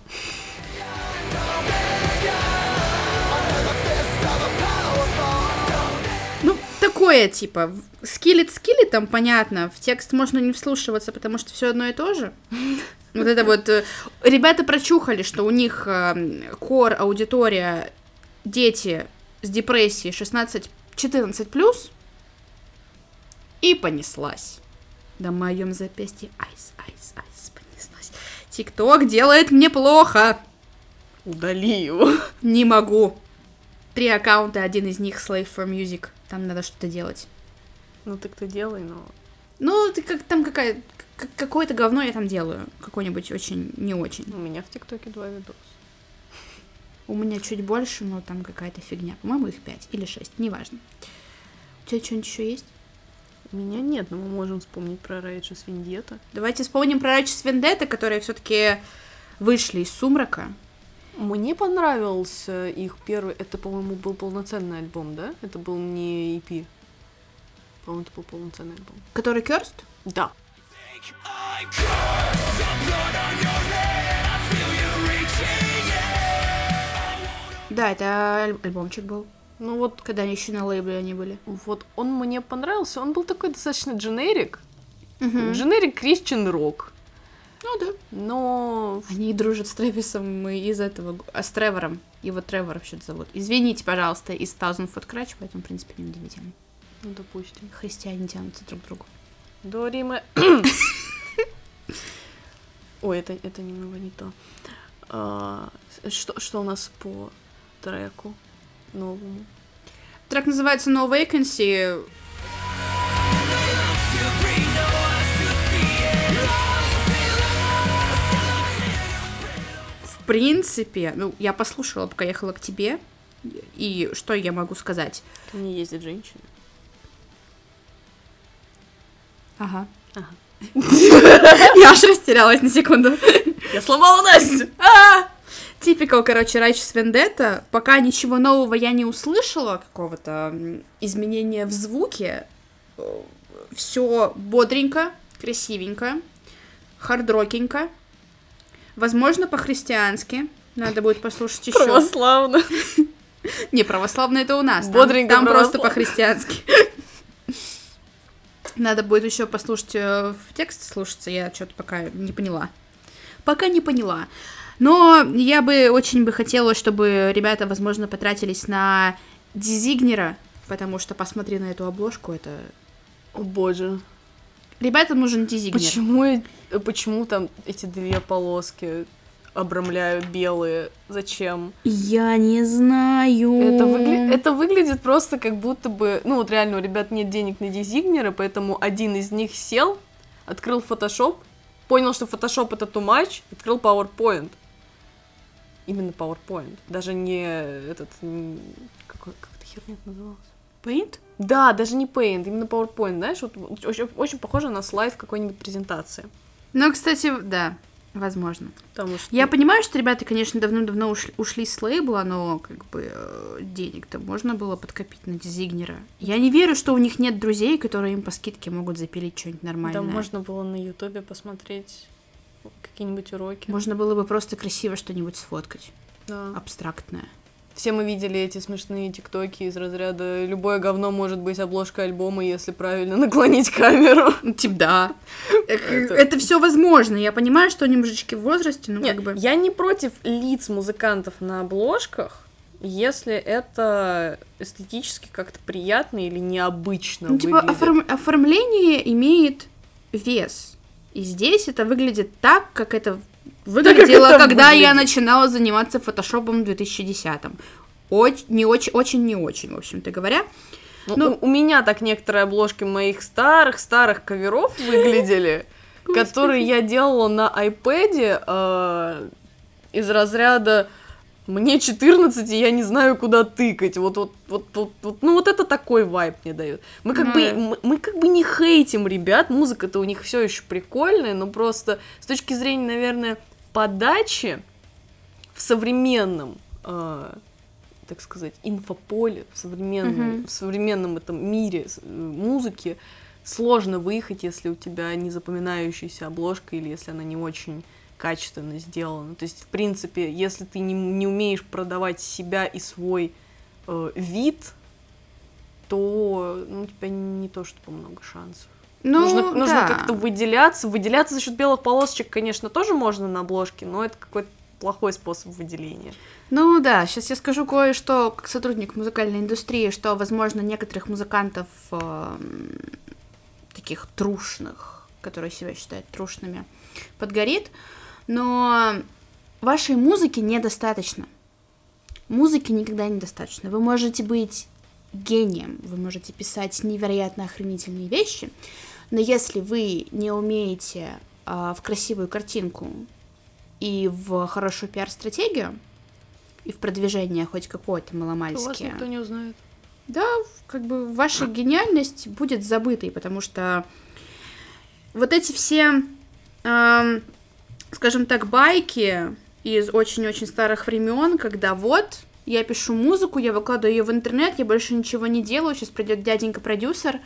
Ну, такое, типа, скиллет скиллетом, понятно, в текст можно не вслушиваться, потому что все одно и то же. Вот это вот... э, Ребята прочухали, что у них кор аудитория дети с депрессией шестнадцать-четырнадцать плюс, и понеслась. На моем запястье айс, айс, айс, понеслась. ТикТок делает мне плохо. Удали его. Не могу. Три аккаунта, один из них Slave for Music. Там надо что-то делать. Ну, так ты делай, но... Ну, ты как там какая... к- Какое-то говно я там делаю. Какое-нибудь очень не очень. У меня в ТикТоке два видоса. У меня чуть больше, но там какая-то фигня. По-моему, их пять или шесть, неважно. У тебя что-нибудь еще есть? У меня нет, но мы можем вспомнить про Righteous Vendetta. Давайте вспомним про Righteous Vendetta, которые все-таки вышли из сумрака. Мне понравился их первый... Это, по-моему, был полноценный альбом, да? Это был не и пи. По-моему, это был полноценный альбом. Который Cursed? Да. I'm cursed. The blood on your head. I feel you reaching in. Да, это аль- альбомчик был. Ну вот, Когда еще на лейбле они были. вот он мне понравился. Он был такой достаточно дженерик. Мгм. Дженерик Christian рок. Ну да. Но... Они дружат с Трэвисом и из этого... А с Тревором. Его Тревор вообще-то зовут. Извините, пожалуйста, из Thousand Foot Krutch, поэтому, в принципе, не удивительно. Ну, допустим. Христиане тянутся друг к другу. До Рима... Ой, это, это немного не то. А, что, что у нас по треку новому? Трек называется No Vacancy. В принципе, ну, я послушала, пока ехала к тебе. И что я могу сказать? Ко мне ездят женщины. Ага. Ага. Я аж растерялась на секунду. Я сломала Настю! Типикал, короче, Righteous Vendetta. Пока ничего нового я не услышала, какого-то м, изменения в звуке. Все бодренько, красивенько, хардрокенько. Возможно, по-христиански. Надо будет послушать еще. Православно. Не, православно это у нас. Там- Бодренько Там, просто православно. по-христиански. Надо будет еще послушать э, в текст слушаться. Я что-то пока не поняла. Пока не поняла. Но я бы очень бы хотела, чтобы ребята, возможно, потратились на дизигнера, потому что посмотри на эту обложку, это... О боже. Ребятам нужен дизигнер. Почему, э, почему там эти две полоски обрамляют белые? Зачем? Я не знаю. Это, выгля- это выглядит просто как будто бы... Ну вот реально, у ребят нет денег на дизигнеры, поэтому один из них сел, открыл Photoshop, понял, что Photoshop это too much, открыл PowerPoint. Именно PowerPoint. Даже не этот... м, Какой, как эта херня называлась? Paint? Да, даже не Paint, именно PowerPoint, знаешь, вот очень, очень похоже на слайд в какой-нибудь презентации. Ну, кстати, да, возможно. Потому что... Я понимаю, что ребята, конечно, давно-давно ушли, ушли с лейбла, но как бы э, денег-то можно было подкопить на дизайнера. Я не верю, что у них нет друзей, которые им по скидке могут запилить что-нибудь нормальное. Да, можно было на Ютубе посмотреть какие-нибудь уроки. Можно было бы просто красиво что-нибудь сфоткать, Да. абстрактное. Все мы видели эти смешные тиктоки из разряда «любое говно может быть обложкой альбома, если правильно наклонить камеру». Ну, типа, да. Это все возможно. Я понимаю, что они мужички в возрасте, но Нет, как бы... я не против лиц музыкантов на обложках, если это эстетически как-то приятно или необычно Ну, типа, выглядит. оформ- оформление имеет вес. И здесь это выглядит так, как это выглядело, это когда я выглядит. начинала заниматься фотошопом в две тысячи десятом. Оч- не очень, очень не очень, в общем-то говоря. Ну, ну- у, у меня так некоторые обложки моих старых-старых каверов выглядели, которые я делала на айпэде э, из разряда «мне четырнадцать, и я не знаю, куда тыкать». Вот, вот, вот, вот, вот, ну вот это такой вайб мне дает. Мы как, Ну бы, да. мы, мы как бы не хейтим ребят, музыка-то у них все еще прикольная, но просто с точки зрения, наверное, подачи в современном, э, так сказать, инфополе, в современном, Мгм. в современном этом мире с- э, музыки сложно выехать, если у тебя не запоминающаяся обложка или если она не очень качественно сделана. То есть, в принципе, если ты не, не умеешь продавать себя и свой э, вид, то ну, у тебя не то чтобы много шансов. Ну, нужно нужно да. как-то выделяться. Выделяться за счет белых полосочек, конечно, тоже можно на обложке, но это какой-то плохой способ выделения. Ну да, сейчас я скажу кое-что как сотрудник музыкальной индустрии, что, возможно, некоторых музыкантов эм, таких трушных, которые себя считают трушными, подгорит, но вашей музыки недостаточно. Музыки никогда недостаточно. Вы можете быть гением, вы можете писать невероятно охренительные вещи, но если вы не умеете э, в красивую картинку и в хорошую пиар-стратегию, и в продвижение хоть какое-то То вас маломальски, никто не узнает. да, как бы ваша гениальность будет забытой, потому что вот эти все, эм, скажем так, байки из очень-очень старых времен, когда вот я пишу музыку, я выкладываю ее в интернет, я больше ничего не делаю, сейчас придет дяденька-продюсер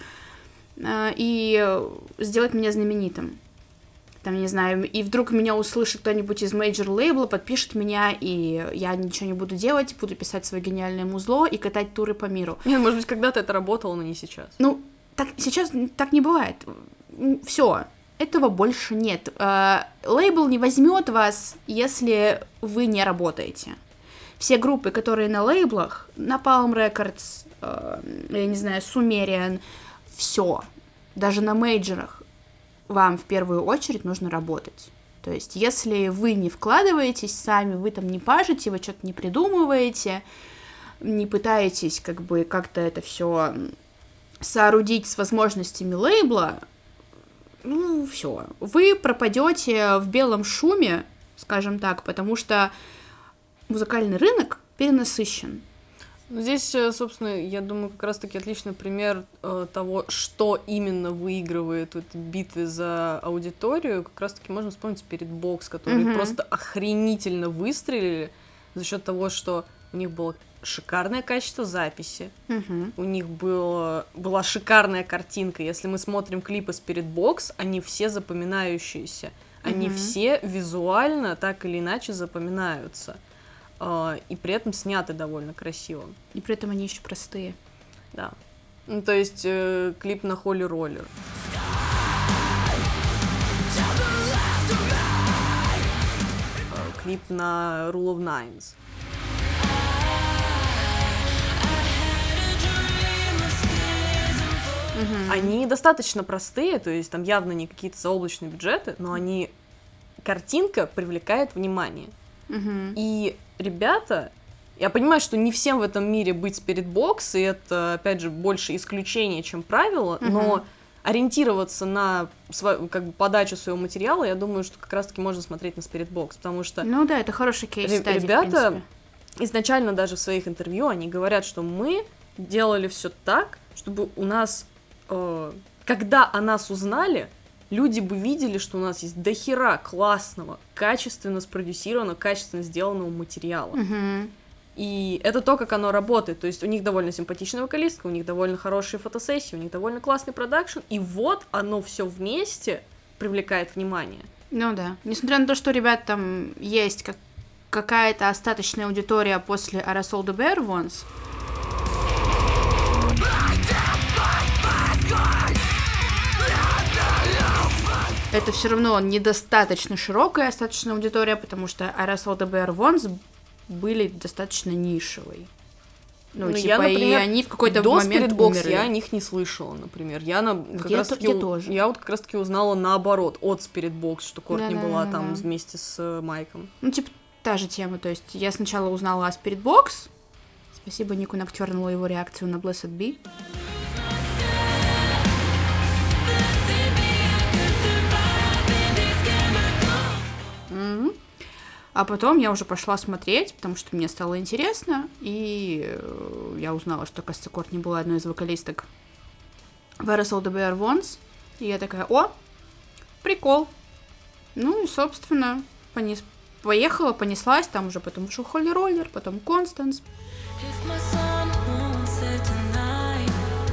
э, и сделает меня знаменитым. Там, не знаю, и вдруг меня услышит кто-нибудь из мейджор-лейбла, подпишет меня, и я ничего не буду делать, буду писать свое гениальное музло и катать туры по миру. Нет, может быть, когда-то это работало, но не сейчас. Ну, так, сейчас так не бывает. Все, этого больше нет. Э, лейбл не возьмет вас, если вы не работаете. Все группы, которые на лейблах, Napalm Records, э, я не знаю, Sumerian, все, даже на мейджорах, вам в первую очередь нужно работать. То есть, если вы не вкладываетесь сами, вы там не пашете, вы что-то не придумываете, не пытаетесь как бы как-то это все соорудить с возможностями лейбла, ну, все. Вы пропадете в белом шуме, скажем так, потому что музыкальный рынок перенасыщен. Ну, здесь, э, собственно, я думаю, как раз-таки отличный пример э, того, что именно выигрывает в этой битве за аудиторию. Как раз-таки можно вспомнить Spirit Box, которые Мгм. просто охренительно выстрелили за счет того, что у них было шикарное качество записи, Мгм. у них было, была шикарная картинка. Если мы смотрим клипы Spirit Box, они все запоминающиеся. Они Мгм. все визуально так или иначе запоминаются. А, и при этом сняты довольно красиво. И при этом они еще простые. Да. Ну, то есть э, клип на Holy Roller. Э, Клип на Rule of Nines. Они достаточно простые, то есть там явно не какие-то заоблачные бюджеты, но они... Картинка привлекает внимание. Мгм. И ребята, я понимаю, что не всем в этом мире быть Spirit Box, и это, опять же, больше исключение, чем правило, Мгм. но ориентироваться на сво- как бы подачу своего материала, я думаю, что как раз-таки можно смотреть на Spiritbox, потому что Ну да, это хороший кейс ре- стадии, ребята в принципе. изначально даже в своих интервью они говорят, что мы делали все так, чтобы у нас, э, когда о нас узнали, люди бы видели, что у нас есть дохера классного, качественно спродюсированного, качественно сделанного материала. Мгм. И это то, как оно работает. То есть у них довольно симпатичная вокалистка, у них довольно хорошие фотосессии, у них довольно классный продакшн, и вот оно все вместе привлекает внимание. Ну да. Несмотря на то, что у ребят там есть как какая-то остаточная аудитория после Aerosol the Bear Ones. Это все равно недостаточно широкая остаточная аудитория, потому что Aerosol the Bear Ones были достаточно нишевой. Ну, Ну, типа, я, и например, они в какой-то До момент Spiritbox умерли. я о них не слышала, например. Я, на, как Я раз то- таки, я у- тоже. я вот как раз таки узнала наоборот, от Spiritbox, что Кортни была Да-да-да-да. там вместе с э, Майком. Ну, типа, та же тема. То есть я сначала узнала о Spiritbox. Спасибо Нику Ноктёрналу его реакцию на Blessed Be. Мгм. А потом я уже пошла смотреть, потому что мне стало интересно, и э, я узнала, что, кажется, Кортни была одной из вокалисток в Aerosol the Bear Ones, и я такая: о, прикол. Ну и, собственно, понес... поехала, понеслась, там уже потом ушел Холли Роллер, потом Констанс. If my sun won't set tonight,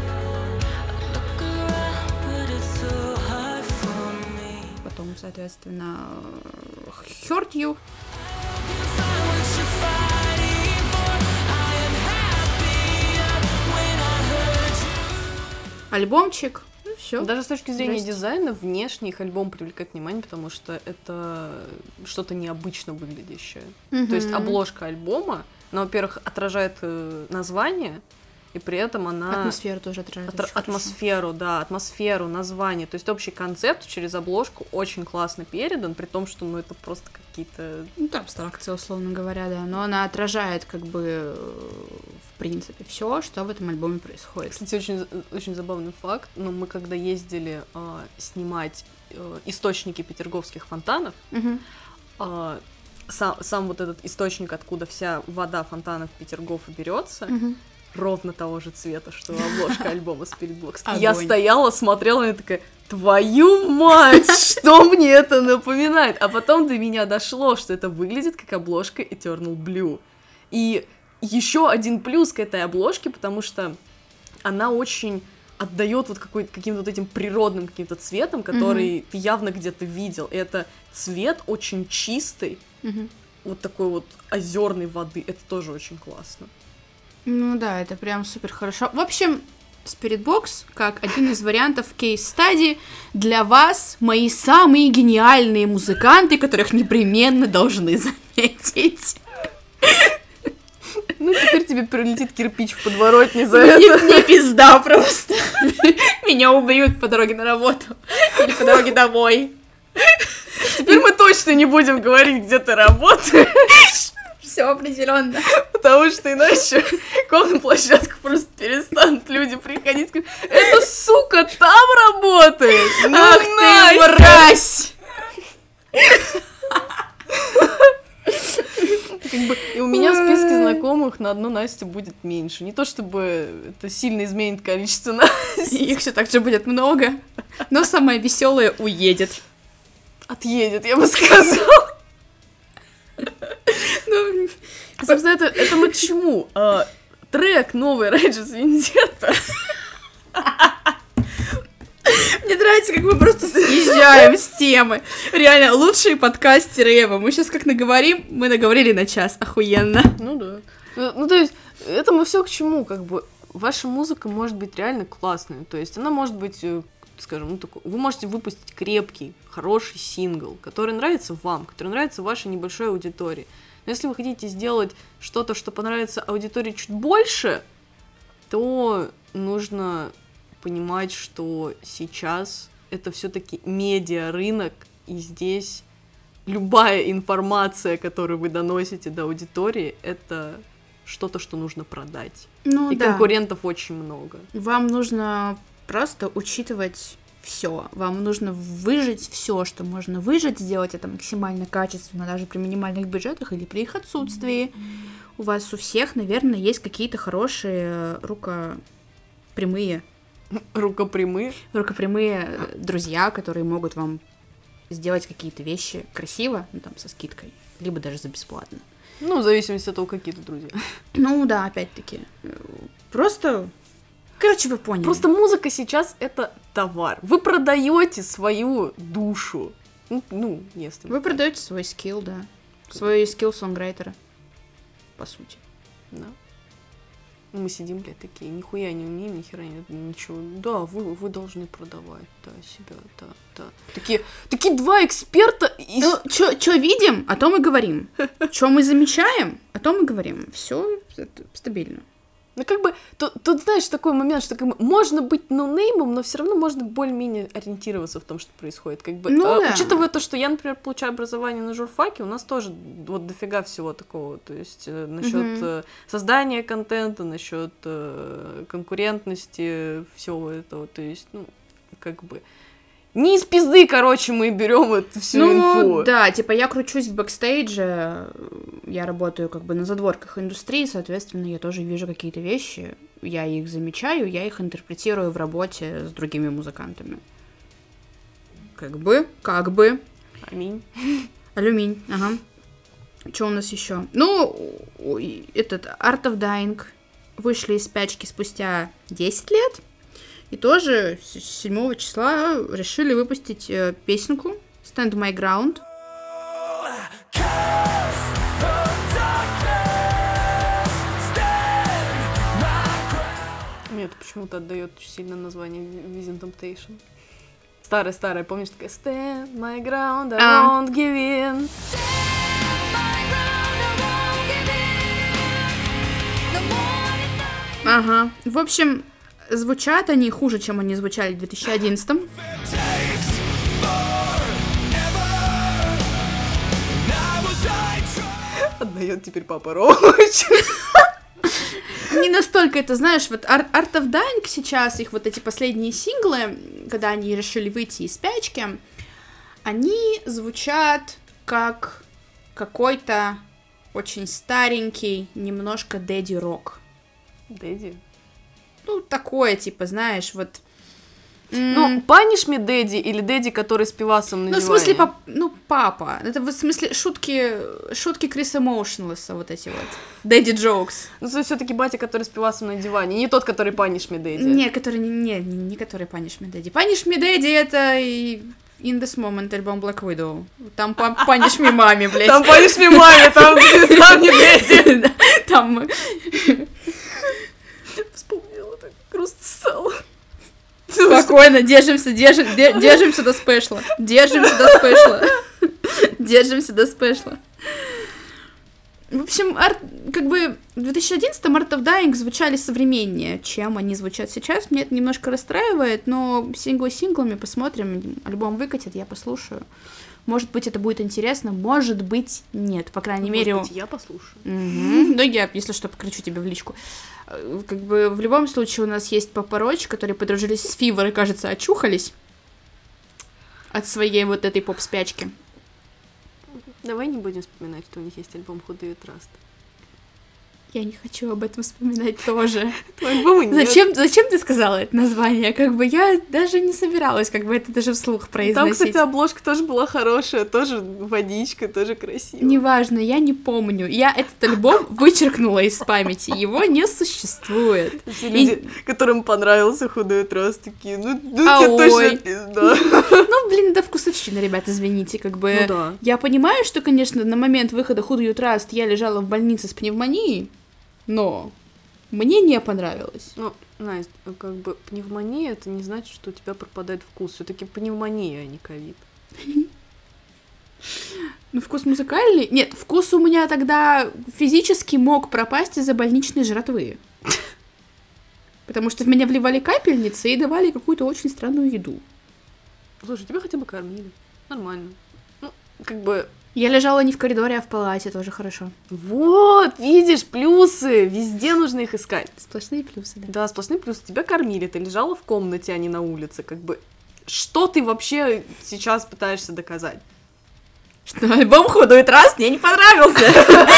I look around, but it's so hard for me. Потом, соответственно, Hurt You. Find what you're fighting for. I am happier when I hurt you. Альбомчик. Ну, все. Даже с точки зрения Здрасте. дизайна, внешне их альбом привлекает внимание, потому что это что-то необычно выглядящее. То есть обложка альбома, она, во-первых, отражает э, название, и при этом она... Атмосферу тоже отражает. Атра- очень хорошо. атмосферу, да, атмосферу, название. То есть общий концепт через обложку очень классно передан, при том, что, ну, это просто какие-то... Ну, это абстракция, условно говоря, да. Но она отражает, как бы, э, в принципе, все, что в этом альбоме происходит. Кстати, очень, очень забавный факт, но мы когда ездили а, снимать а, источники петерговских фонтанов, Мгм. а, сам, сам вот этот источник, откуда вся вода фонтанов Петергофа берется, Мгм. ровно того же цвета, что обложка альбома Spiritbox. И я Огонь. стояла, смотрела и такая: твою мать, что мне это напоминает? А потом до меня дошло, что это выглядит как обложка Eternal Blue. И еще один плюс к этой обложке, потому что она очень отдает вот какой- каким-то вот этим природным каким-то цветом, который ты явно где-то видел. И это цвет очень чистый, Мгм. вот такой вот озерной воды. Это тоже очень классно. Ну да, это прям супер хорошо. В общем, Spiritbox, как один из вариантов кейс-стадии, для вас мои самые гениальные музыканты, которых непременно должны заметить. Ну, теперь тебе прилетит кирпич в подворотне за Мне, это. мне пизда просто. Меня убьют по дороге на работу или по дороге домой. Теперь мы точно не будем говорить, где ты работаешь, Все определенно. потому что иначе на площадку просто перестанут люди приходить. Сказать: эта сука там работает! Ну Ах ты, нахер!» мразь! Как бы, и у меня в списке знакомых на одну Настю будет меньше. Не то чтобы это сильно изменит количество Настя. Их все так же будет много, но самое веселое уедет. Отъедет, я бы сказала. Ну, А, собственно, это, это мы к чему? А, трек новый Righteous Vendetta. мне нравится, как мы просто съезжаем с темы. Реально, лучшие подкастеры Эва. Мы сейчас как наговорим, мы наговорили на час. Охуенно. Ну да. Ну, ну, то есть, это мы все к чему, как бы. Ваша музыка может быть реально классной. То есть, она может быть, э, скажем, ну, такой, вы можете выпустить крепкий, хороший сингл, который нравится вам, который нравится вашей небольшой аудитории. Но если вы хотите сделать что-то, что понравится аудитории чуть больше, то нужно понимать, что сейчас это все-таки медиа-рынок, и здесь любая информация, которую вы доносите до аудитории, это что-то, что нужно продать. Ну И да. конкурентов очень много. Вам нужно просто учитывать все. Вам нужно выжать все, что можно выжать, сделать это максимально качественно, даже при минимальных бюджетах или при их отсутствии. У вас у всех, наверное, есть какие-то хорошие рукопрямые, Рукопрямые. рукопрямые друзья, которые могут вам сделать какие-то вещи красиво, ну, там, со скидкой, либо даже за бесплатно. Ну, в зависимости от того, какие то друзья. Ну да, опять-таки. Просто... Короче, вы поняли. Просто музыка сейчас это товар. Вы продаете свою душу. Ну, ну если... Вы продаете свой скилл, да. Свой скилл сонграйтера. По сути. Да. Мы сидим, блядь, такие, нихуя не умеем, нихера нет, ничего. Да, вы, вы должны продавать, да, себя, да, да. Такие, такие два эксперта из... Ну, чё видим, о том и говорим. Чё мы замечаем, о том и говорим. Все стабильно. Ну, как бы, тут, тут, знаешь, такой момент, что как бы, можно быть ноунеймом, но все равно можно более-менее ориентироваться в том, что происходит. Как бы, ну, а, да. Учитывая то, что я, например, получаю образование на журфаке, у нас тоже вот дофига всего такого. То есть э, насчет Mm-hmm. э, создания контента, насчет э, конкурентности, всего этого. То есть, ну, как бы... Не из пизды, короче, мы берем эту всю ну, инфу. Да, типа я кручусь в бэкстейдже, я работаю как бы на задворках индустрии, соответственно, я тоже вижу какие-то вещи, я их замечаю, я их интерпретирую в работе с другими музыкантами. Как бы, как бы. Аминь. Алюминь, ага. Что у нас еще? Ну, этот Art of Dying вышли из спячки спустя десять лет. И тоже с седьмого числа решили выпустить э, песенку Stand My Ground. Мне это почему-то отдает очень сильно название Within Temptation. Старая-старая, помнишь, такая Stand my ground, I А. won't give in. Ага. В общем, звучат они хуже, чем они звучали в две тысячи одиннадцатом. Отдает теперь Папа Роуч. Не настолько это, знаешь, вот Art, Art of Dying сейчас, их вот эти последние синглы, когда они решили выйти из спячки, они звучат как какой-то очень старенький, немножко дэдди-рок. Дэдди? Ну, такое, типа, знаешь, вот... Ну, Punish Me Daddy или Дэдди, который с пивасом на Ну, в диване? смысле, пап... ну, папа. Это в смысле шутки, шутки Криса Моушенлесса, вот эти вот. Дэдди Джокс. Ну, то есть все-таки батя, который с пивасом на диване, не тот, который Punish Me Daddy. Не, который не, не, не который Punish Me Daddy. Punish Me Daddy это и In This Moment альбом Black Widow. Там Punish Me Mommy, блядь. Там Punish Me Mommy, там, там не Дэдди. Там... Вспомнила, так грустно стало. Спокойно, держимся, держим, де- держимся до спешла. Держимся до спешла. Держимся до спешла. В общем, арт, как бы в две тысячи одиннадцатом Art of Dying звучали современнее, чем они звучат сейчас. Мне это немножко расстраивает, но синглы синглами посмотрим. Альбом выкатит, я послушаю. Может быть, это будет интересно, может быть, нет. По крайней Может мере... быть, я послушаю. Угу. Ну, я, если что, покричу тебе в личку. Как бы в любом случае у нас есть Папа Роуч, которые подружились с Фивер и, кажется, очухались от своей вот этой поп-спячки. Давай не будем вспоминать, что у них есть альбом Худые Траст. Я не хочу об этом вспоминать тоже. Альбома нет. Зачем, зачем ты сказала это название? Как бы я даже не собиралась как бы это даже вслух произносить. Там, кстати, обложка тоже была хорошая, тоже водичка, тоже красиво. Неважно, я не помню. Я этот альбом вычеркнула из памяти. Его не существует. Все люди, которым понравился Худой Траст, такие, ну, ну А тебе ой. точно пизда. Ну, блин, это вкусовщина, ребят, извините, как бы... Ну да. Я понимаю, что, конечно, на момент выхода Who Do You Trust я лежала в больнице с пневмонией, но мне не понравилось. Ну, Настя, как бы пневмония, это не значит, что у тебя пропадает вкус. Все-таки пневмония, а не ковид. Ну, вкус музыкальный? Нет, вкус у меня тогда физически мог пропасть из-за больничной жратвы. Потому что в меня вливали капельницы и давали какую-то очень странную еду. Слушай, тебя хотя бы кормили. Нормально. Ну, как бы... Я лежала не в коридоре, а в палате, тоже хорошо. Вот, видишь, плюсы. Везде нужно их искать. Сплошные плюсы, да. Да, сплошные плюсы. Тебя кормили, ты лежала в комнате, а не на улице. Как бы что ты вообще сейчас пытаешься доказать? Что альбом «Худой Траст» мне не понравился.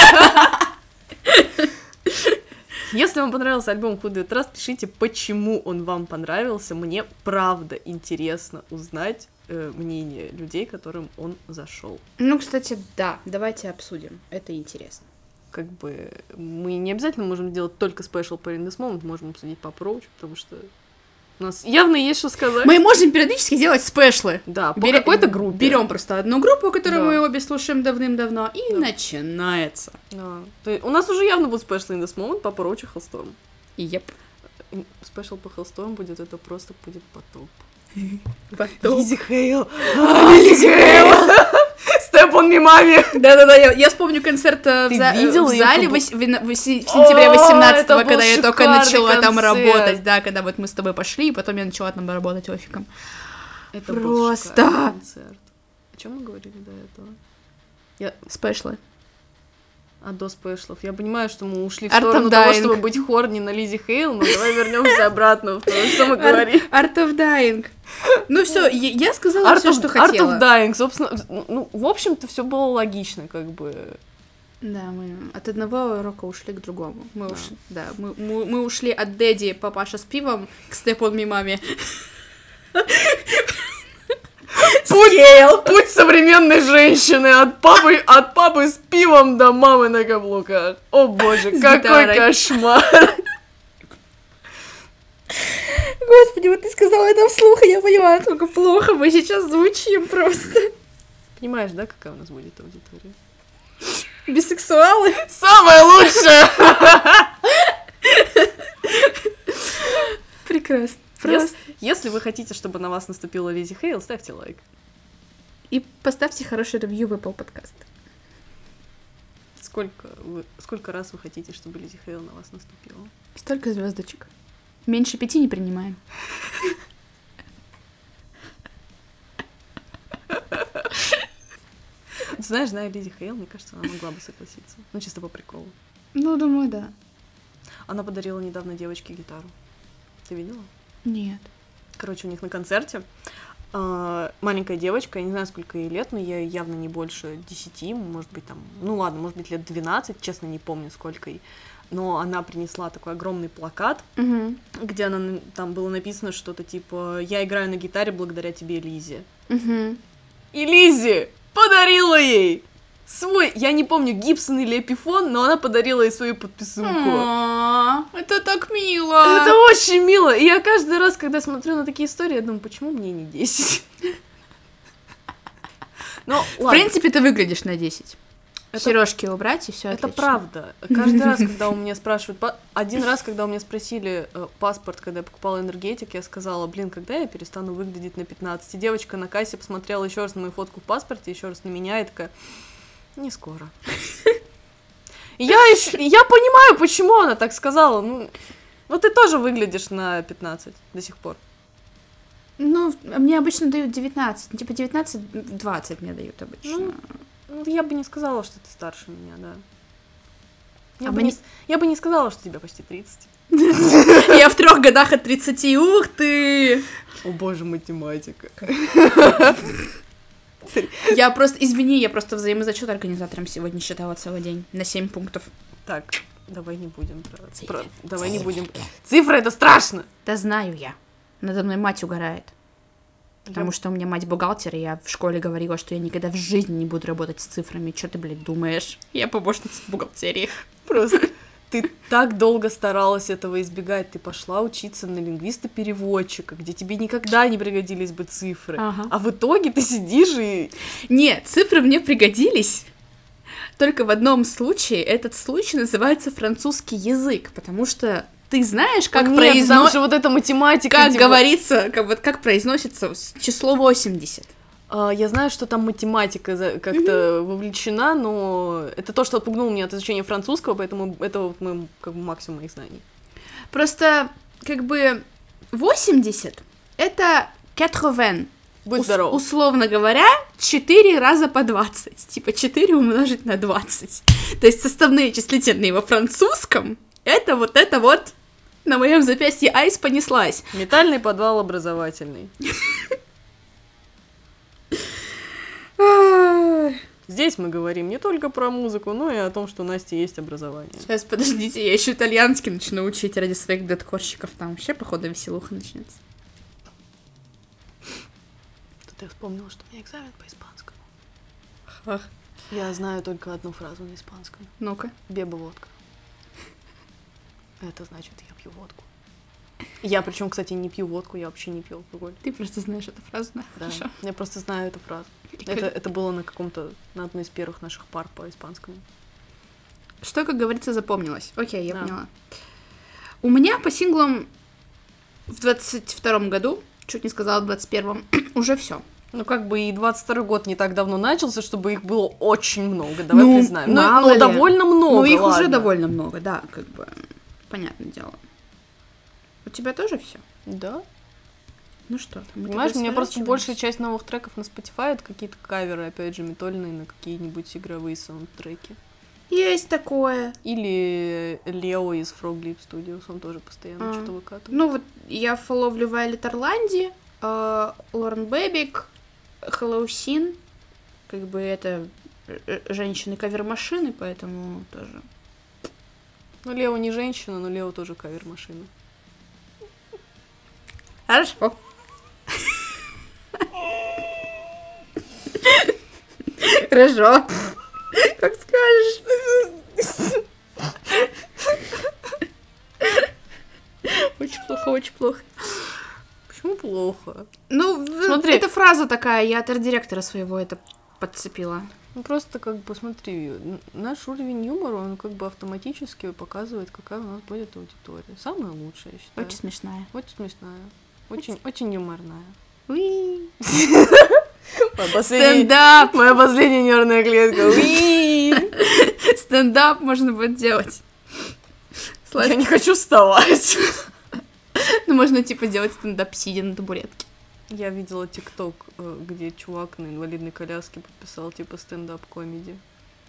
Если вам понравился альбом «Худой Траст», пишите, почему он вам понравился. Мне правда интересно узнать э, мнение людей, которым он зашел. Ну, кстати, да, давайте обсудим. Это интересно. Как бы мы не обязательно можем делать только special по In This Moment, можем обсудить по approach, потому что у нас явно есть что сказать. Мы можем периодически делать спешлы. Да, по Бере- какой-то группе. Берем просто одну группу, которую Да. мы обе слушаем давным-давно, и Да. начинается. Да. То есть у нас уже явно будет special In This Moment по approach и Hellstorm. Еп. Спешл по Hellstorm будет, это просто будет потоп. Потом. Лизи Хейл! Лизи Хейл! Step on me, маме! Да-да-да, я, я вспомню концерт э, в, Ты за- видела в её зале как бы- вось- в, в- в сентябре О, восемнадцатого, это когда был я только шикарный начала там концерт. работать, да, когда вот мы с тобой пошли, и потом я начала там работать офиком. Это был Просто. шикарный концерт. О чем мы говорили до этого? Я... Спешлы. А до спешлов. Я понимаю, что мы ушли в Art сторону of того, Dying. чтобы быть хорни на Лизи Хейл, но давай вернемся обратно в то, что мы говорили. Art of Dying. Ну все, я сказала Art все, of, что Art хотела. of Dying, собственно, ну, в общем-то, все было логично, как бы. Да, мы от одного рока ушли к другому. Мы Да. ушли, да, мы, мы, мы ушли от Дэдди, папаша с пивом, к Step on Me маме. Путь, путь современной женщины от папы, от папы с пивом до мамы на каблуках. О боже, С какой гитарой. кошмар. Господи, вот ты сказала это вслух, и я поняла, насколько плохо мы сейчас звучим просто. Понимаешь, да, какая у нас будет аудитория? Бисексуалы. Самое лучшее! Прекрасно. Если, Просто. если вы хотите, чтобы на вас наступила Лизи Хейл, ставьте лайк. И поставьте хороший ревью в Apple Podcast. Сколько, вы, сколько раз вы хотите, чтобы Лизи Хейл на вас наступила? Столько звездочек. Меньше пяти не принимаем. Знаешь, зная Лизи Хейл, мне кажется, она могла бы согласиться. Ну, чисто по приколу. Ну, думаю, да. Она подарила недавно девочке гитару. Ты видела? Нет. Короче, у них на концерте а, маленькая девочка, я не знаю, сколько ей лет, но ей явно не больше десяти, может быть, там, ну ладно, может быть, лет двенадцать, честно, не помню, сколько ей. Но она принесла такой огромный плакат, Угу. где она, там было написано что-то типа «Я играю на гитаре благодаря тебе, Лизи». Угу. И Лизи подарила ей свой, я не помню, Гибсон или Эпифон, но она подарила ей свою подписуху. Это так мило. Это очень мило. И я каждый раз, когда смотрю на такие истории, я думаю, почему мне не десять? Ну, В ладно, принципе, ты выглядишь на десять. Это- Сережки убрать, и все это правда. Каждый раз, когда у меня спрашивают... па- Один раз, когда у меня спросили э, паспорт, когда я покупала энергетик, я сказала, блин, когда я перестану выглядеть на пятнадцать? И девочка на кассе посмотрела еще раз на мою фотку в паспорте, еще раз на меня, и такая, не скоро. И я, ещё- я понимаю, почему она так сказала. Ну, ну, ты тоже выглядишь на пятнадцать до сих пор. Ну, мне обычно дают девятнадцать. Ну, типа девятнадцать-двадцать мне дают обычно. Ну, Ну, я бы не сказала, что ты старше меня, да. Я, А бы, мне- не, с- я бы не сказала, что тебе почти тридцать. Я в трех годах от тридцати. Ух ты! О боже, математика. Я просто, извини, я просто взаимозачет организаторам сегодня считала целый день. На семь пунктов. Так, давай не будем про... Цифры. про- давай не будем... Цифры — это страшно! Да знаю я. Надо мной мать угорает. Потому что у меня мать бухгалтер, и я в школе говорила, что я никогда в жизни не буду работать с цифрами. Чё ты, блядь, думаешь? Я помощница в бухгалтерии. Просто ты так долго старалась этого избегать. Ты пошла учиться на лингвиста-переводчика, где тебе никогда не пригодились бы цифры. Ага. А в итоге ты сидишь и... Нет, цифры мне пригодились. Только в одном случае. Этот случай называется французский язык, потому что ты знаешь, как Нет, там произносится... же вот эта математика. Как типа- говорится, как, вот как произносится с- число восемьдесят. А, Я знаю, что там математика за- как-то вовлечена, но это то, что отпугнуло меня от изучения французского, поэтому это вот мой, как бы, максимум моих знаний. Просто, как бы, восемьдесят — это quatre-vingts. Будь Ус- здоров. условно говоря, четыре раза по двадцать. Типа четыре умножить на двадцать. То есть составные числительные во французском — это вот это вот на моем запястье айс понеслась. Метальный подвал образовательный. Ай. Здесь мы говорим не только про музыку, но и о том, что у Насти есть образование. Сейчас, подождите, я еще итальянский начну учить ради своих дэткорщиков. Там вообще, походу, веселуха начнется. Тут я вспомнила, что у меня экзамен по испанскому. Ах. Я знаю только одну фразу на испанском. Ну-ка. Беба водка. Это значит, я пью водку. Я, причем, кстати, не пью водку, я вообще не пью алкоголь. Ты просто знаешь эту фразу, да? Да, Хорошо. я просто знаю эту фразу. Это, это было на каком-то, на одной из первых наших пар по испанскому. Что, как говорится, запомнилось. Окей, я Да. поняла. У меня по синглам в двадцать втором году, чуть не сказала в двадцать первом, уже все. Ну, как бы и двадцать второй год не так давно начался, чтобы их было очень много, давай Ну, признаем. Ну, мало но ли. довольно много, Ну, их уже ладно. довольно много, да, как бы, понятное дело. У тебя тоже все? Да. Ну что, мы Понимаешь, у меня просто сворачиваемся? большая часть новых треков на Spotify это какие-то каверы, опять же, метольные на какие-нибудь игровые саундтреки. Есть такое. Или Лео из Frog Leap Studios, он тоже постоянно А. что-то выкатывает. Ну вот я фоловлю Вайлет Орланди, э, Лорен Бэбик, Hello Син, как бы это э, женщины кавер-машины, поэтому тоже. Ну, Лео не женщина, но Лео тоже кавер-машина. Хорошо. Хорошо. Как скажешь. Очень плохо, очень плохо. Почему плохо? Ну, Смотри. эта фраза такая, я от арт-директора своего это подцепила. Ну, просто, как бы, смотри, н- наш уровень юмора, он как бы автоматически показывает, какая у нас будет аудитория. Самая лучшая, я считаю. Очень смешная. Очень смешная. Очень, очень юморная. Уи. Моя последняя, Стендап! моя последняя нервная клетка. Уи! Стендап можно будет делать. Я не хочу вставать. Ну, можно, типа, делать стендап, сидя на табуретке. Я видела тикток, э, где чувак на инвалидной коляске подписал, типа, стендап-комеди.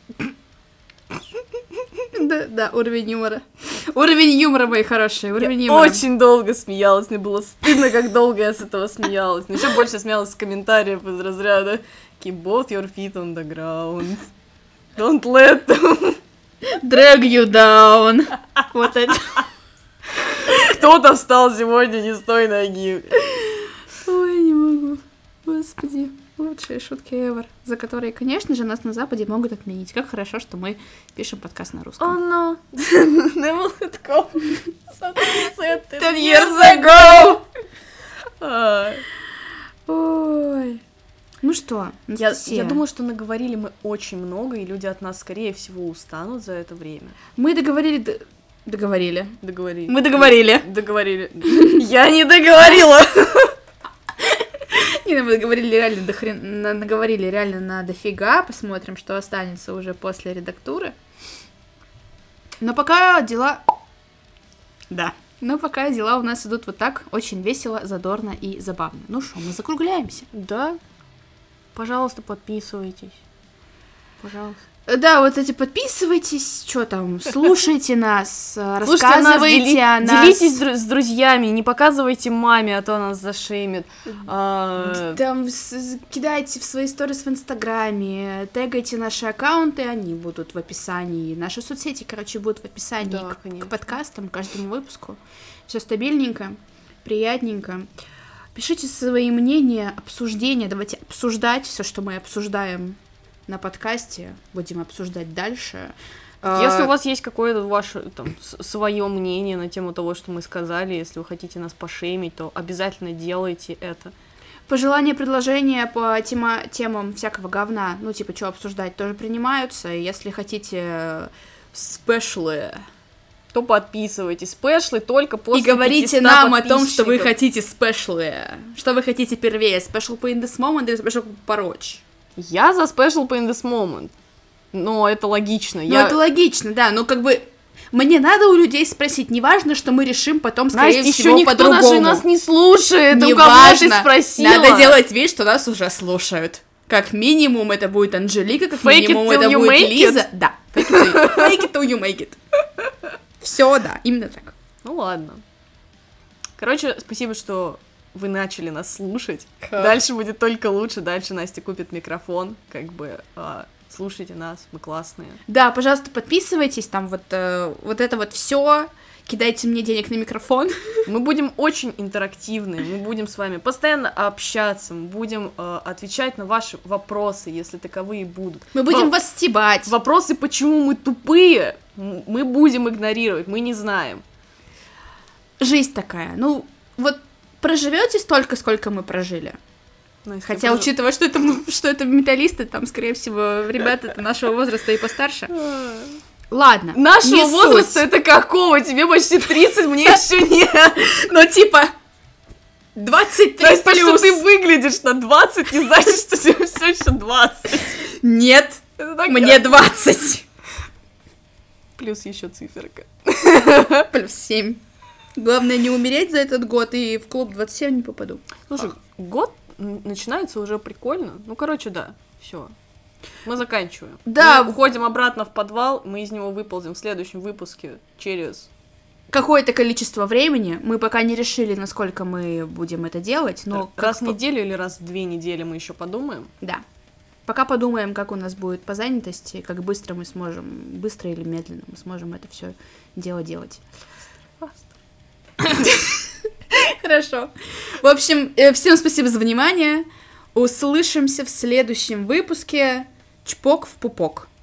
Да, да, уровень юмора. Уровень юмора, мои хорошие, уровень Я юмора. очень долго смеялась, мне было стыдно, как долго я с этого смеялась. Но еще больше смеялась с комментариев из разряда Keep both your feet on the ground. Don't let them. Drag you down. Вот это. Кто-то встал сегодня не с той ноги. Ой, не могу. Господи, лучшие шутки ever, за которые, конечно же, нас на Западе могут отменить. Как хорошо, что мы пишем подкаст на Oh русском. no, never let go. Something said Ten years years ago. А, Ой. Ну что, Я, Анастасия, я думаю, что наговорили мы очень много, и люди от нас, скорее всего, устанут за это время. мы договорили... д- Договорили. Договорили. Мы договорили. Договорили. Я не договорила. Не, ну мы договорили реально до хрен... на- наговорили реально на дофига. Посмотрим, что останется уже после редактуры. Но пока дела... Да. Но пока дела у нас идут вот так. Очень весело, задорно и забавно. Ну что, мы закругляемся. Да. Пожалуйста, подписывайтесь. Пожалуйста. Да, вот эти подписывайтесь, что там, слушайте нас, э, Слушайте о нас, рассказывайте дели- о нас. Делитесь дру- с друзьями, не показывайте маме, а то нас зашеймит. А, Там с- с- кидайте в свои сторис в Инстаграме, тегайте наши аккаунты, они будут в описании. Наши соцсети, короче, будут в описании Да, к, конечно. к подкастам, к каждому выпуску. Все стабильненько, приятненько. Пишите свои мнения, обсуждения. Давайте обсуждать все, что мы обсуждаем на подкасте. Будем обсуждать дальше. Если А, у вас есть какое-то ваше там свое мнение на тему того, что мы сказали, если вы хотите нас пошеймить, то обязательно делайте это. Пожелания, предложения по тема, темам всякого говна, ну, типа, что обсуждать, тоже принимаются. И если хотите спешлы, То подписывайтесь. Спешлы только после и говорите пятисот нам о том, что вы подписчиков. хотите спешлы. Что вы хотите первее, спешл по In This Moment или спешл по Порочь? Я за спешл по In This Moment. Но это логично. Ну, я... это логично, да, но как бы... Мне надо у людей спросить, неважно, что мы решим потом, скорее Настя, всего, еще никто по-другому. даже нас не слушает. У кого Неважно, ты спросила? надо делать вид, что нас уже слушают. Как минимум это будет Анжелика, как Fake it минимум till это you будет make Лиза. it. Да, fake it till you, fake it till you make it. Все, да, именно так. Ну ладно. Короче, спасибо, что вы начали нас слушать. Дальше будет только лучше, дальше Настя купит микрофон, как бы а, слушайте нас, мы классные. Да, пожалуйста, подписывайтесь, там вот, э, вот это вот все. Кидайте мне денег на микрофон. Мы будем очень интерактивны, мы будем с вами постоянно общаться, мы будем э, отвечать на ваши вопросы, если таковые будут. Мы будем Во- вас стебать. Вопросы, почему мы тупые, м- мы будем игнорировать, мы не знаем. Жизнь такая. Ну, вот проживете столько, сколько мы прожили. Настя, Хотя, пожалуйста. учитывая, что это, что это металлисты, там, скорее всего, ребята нашего возраста и постарше. Ладно. Нашего не возраста суть. это какого? Тебе почти тридцать, мне еще нет. Ну, типа, двадцать три То есть то, что плюс. ты выглядишь на двадцать, не значит, что тебе все еще двадцать. Нет, Это так мне я- двадцать. Плюс еще циферка. Плюс семь. Главное не умереть за этот год, и в клуб двадцать семь не попаду. Слушай, год н- начинается уже прикольно. Ну, короче, да, все. Мы заканчиваем. Да. Мы уходим обратно в подвал, мы из него выползем в следующем выпуске через... Какое-то количество времени, мы пока не решили, насколько мы будем это делать, но... раз в как по- неделю или раз в две недели мы еще подумаем. Да. Пока подумаем, как у нас будет по занятости, как быстро мы сможем, быстро или медленно мы сможем это все дело делать. Хорошо. В общем, э, всем спасибо за внимание. Услышимся в следующем выпуске. Чпок в пупок.